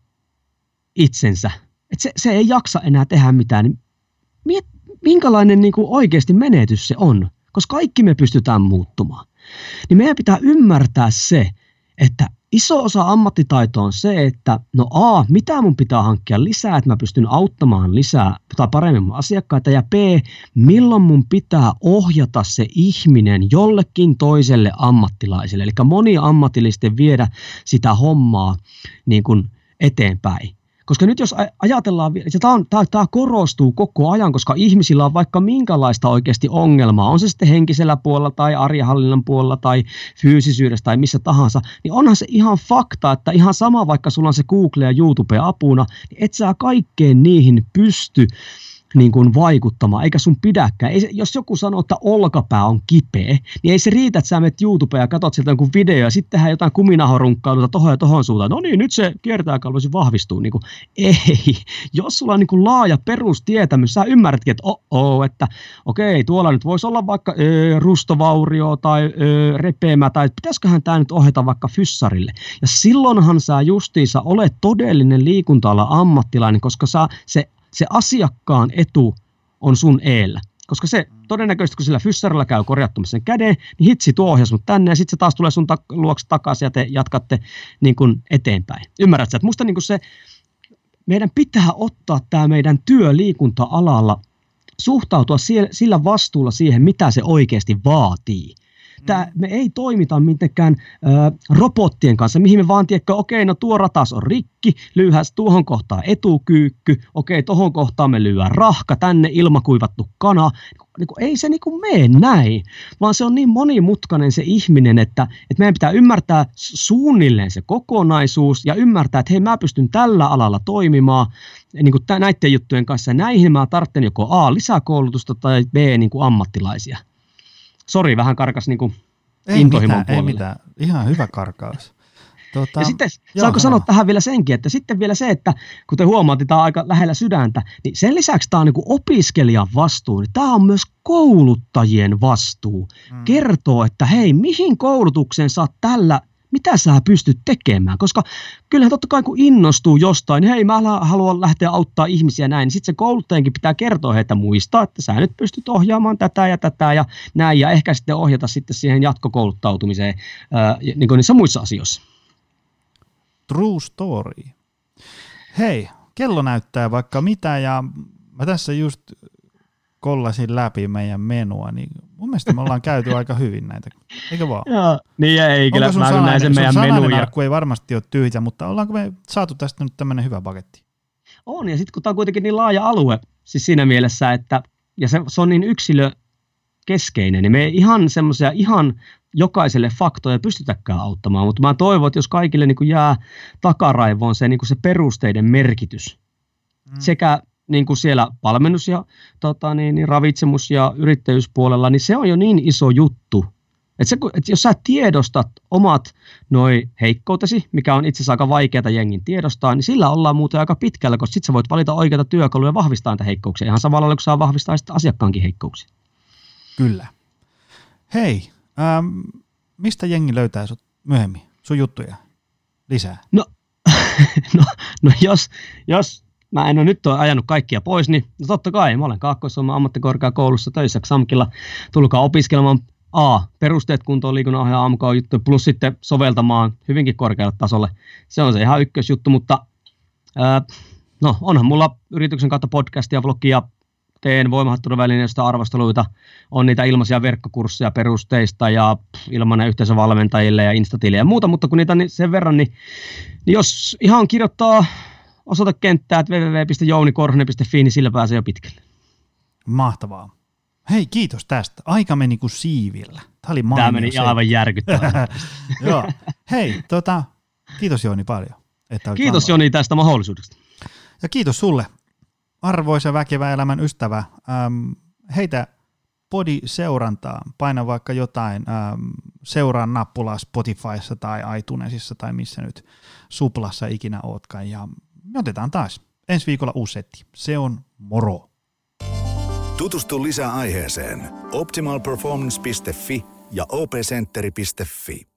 itsensä, että se, se ei jaksa enää tehdä mitään, niin miet, minkälainen niin kuin oikeasti menetys se on, koska kaikki me pystytään muuttumaan. Niin meidän pitää ymmärtää se, että iso osa ammattitaitoa on se, että no A, mitä mun pitää hankkia lisää, että mä pystyn auttamaan lisää tai paremmin mun asiakkaita, ja B, milloin mun pitää ohjata se ihminen jollekin toiselle ammattilaiselle, eli moniammatillisesti viedä sitä hommaa niin kuin eteenpäin. Koska nyt jos ajatellaan, ja tämä, on, tämä, tämä korostuu koko ajan, koska ihmisillä on vaikka minkälaista oikeasti ongelmaa, on se sitten henkisellä puolella tai arjenhallinnan puolella tai fyysisyydessä tai missä tahansa, niin onhan se ihan fakta, että ihan sama vaikka sulla on se Google ja YouTube apuna, niin et sä kaikkeen niihin pysty niin kuin vaikuttamaan, eikä sun pidäkään. Ei, jos joku sanoo, että olkapää on kipeä, niin ei se riitä, että sä menet YouTubeen ja katsot sieltä jonkun video ja sitten tehdään jotain kuminahorunkkailuta tohon ja tohon suuntaan. No niin, nyt se kiertäjäkalvoisi vahvistuu. Niin kuin, ei. Jos sulla on niin kuin laaja perustietämys, sä ymmärrätkin, että oh, oh, että okei, tuolla nyt voisi olla vaikka ö, rustovaurio tai ö, repeämä, tai pitäisiköhän tämä nyt ohjata vaikka fyssarille. Ja silloinhan sä justiinsa olet todellinen liikunta-alan ammattilainen, koska sä, se Se asiakkaan etu on sun eellä. Koska se todennäköisesti, kun sillä fyssarilla käy korjattomassa sen käden, niin hitsi tuo ohjaa sun tänne ja sitten se taas tulee sun tak- luokse takaisin ja te jatkatte niin kuin eteenpäin. Ymmärrätkö? Että musta niin kuin se, meidän pitää ottaa tämä meidän työ liikunta-alalla, suhtautua sie- sillä vastuulla siihen, mitä se oikeasti vaatii. Tää, me ei toimita mitenkään ö, robottien kanssa, mihin me vaan tiedätkö, okei, no tuo ratas on rikki, lyhäs tuohon kohtaan etukyykky, okei, tohon kohtaan me lyödään rahka, tänne ilmakuivattu kana. Niin kuin, ei se niin kuin mene näin, vaan se on niin monimutkainen se ihminen, että, että meidän pitää ymmärtää suunnilleen se kokonaisuus ja ymmärtää, että hei, mä pystyn tällä alalla toimimaan niin kuin näiden juttujen kanssa. Näihin mä tarvitsen joko A, lisäkoulutusta tai B, niin kuin ammattilaisia. Sori, vähän karkas niin kuin intohimon mitään, puolelle. Ei mitään, ihan hyvä karkaus. Tuota, ja sitten joo, saanko joo. sanoa tähän vielä senkin, että sitten vielä se, että kun te huomaatte, tämä on aika lähellä sydäntä, niin sen lisäksi tämä on niin kuin opiskelijan vastuu, niin tämä on myös kouluttajien vastuu. Hmm. Kertoo, että hei, mihin koulutukseen sä oot tällä, mitä sä pystyt tekemään, koska kyllähän totta kai kun innostuu jostain, niin hei mä haluan lähteä auttaa ihmisiä näin, niin sitten se kouluttajankin pitää kertoa heitä muistaa, että sä nyt pystyt ohjaamaan tätä ja tätä ja näin, ja ehkä sitten ohjata sitten siihen jatkokouluttautumiseen ää, niin kuin niissä muissa asioissa. True story. Hei, kello näyttää vaikka mitä, ja mä tässä just kollasin läpi meidän menua, niin mun mielestä me ollaan käyty aika hyvin näitä, eikö vaan? Joo, niin ja ei, kyllä mä näin sen meidän menuja. Sun arkku ei varmasti ole tyhjä, mutta ollaanko me saatu tästä nyt tämmöinen hyvä paketti? On, ja sitten kun tämä on kuitenkin niin laaja alue, siis siinä mielessä, että ja se, se on niin yksilökeskeinen, niin me ihan semmoisia ihan jokaiselle faktoja pystytäkään auttamaan, mutta mä toivon, että jos kaikille niin kuin jää takaraivoon se, niin kuin se perusteiden merkitys, mm. sekä niin kuin siellä valmennus- ja tota, niin, niin, ravitsemus- ja yrittäjyyspuolella, niin se on jo niin iso juttu, että, se, että jos sä tiedostat omat noi heikkoutesi, mikä on itse asiassa aika vaikeata jengin tiedostaa, niin sillä ollaan muuten aika pitkällä, koska sit sä voit valita oikeita työkaluja ja vahvistaa niitä heikkouksia, ihan samalla lailla, kun saa vahvistaa sitten asiakkaankin heikkouksia. Kyllä. Hei, ähm, mistä jengi löytää sut myöhemmin, sun juttuja lisää? No, no, no jos, jos mä en ole nyt ole ajanut kaikkia pois, niin no totta kai, mä olen Kaakkois-Suomen ammattikorkeakoulussa töissä X A M Killa, tulkaa opiskelemaan A, perusteet kuntoon liikunnanohjaaja A M K-juttu, plus sitten soveltamaan hyvinkin korkealle tasolle. Se on se ihan ykkösjuttu, mutta ää, no onhan mulla yrityksen kautta podcastia, vlogia, teen voimaharjoitteluvälineistä arvosteluita, on niitä ilmaisia verkkokursseja perusteista ja pff, ilmainen yhteisövalmentajille ja instatilille ja muuta, mutta kun niitä niin sen verran, niin, niin jos ihan kirjoittaa osoitekenttää, että double-u double-u double-u piste jouni korhonen piste fi, niin sillä pääsee jo pitkälle. Mahtavaa. Hei, kiitos tästä. Aika meni kuin siivillä. Tämä oli mainio. Tämä meni aivan järkyttävää. Joo. Hei, tota, kiitos Jouni paljon. Että kiitos Joni tästä mahdollisuudesta. Ja kiitos sulle, arvoisa väkevä elämän ystävä. Ähm, heitä podi-seurantaa. Paina vaikka jotain ähm, seuraan nappulaa Spotifyssa tai iTunesissa tai missä nyt suplassa ikinä ootkaan. Ja me otetaan taas ensi viikolla uusi setti. Se on moro. Tutustu lisää aiheeseen optimal performance piste fi ja o p centeri piste fi.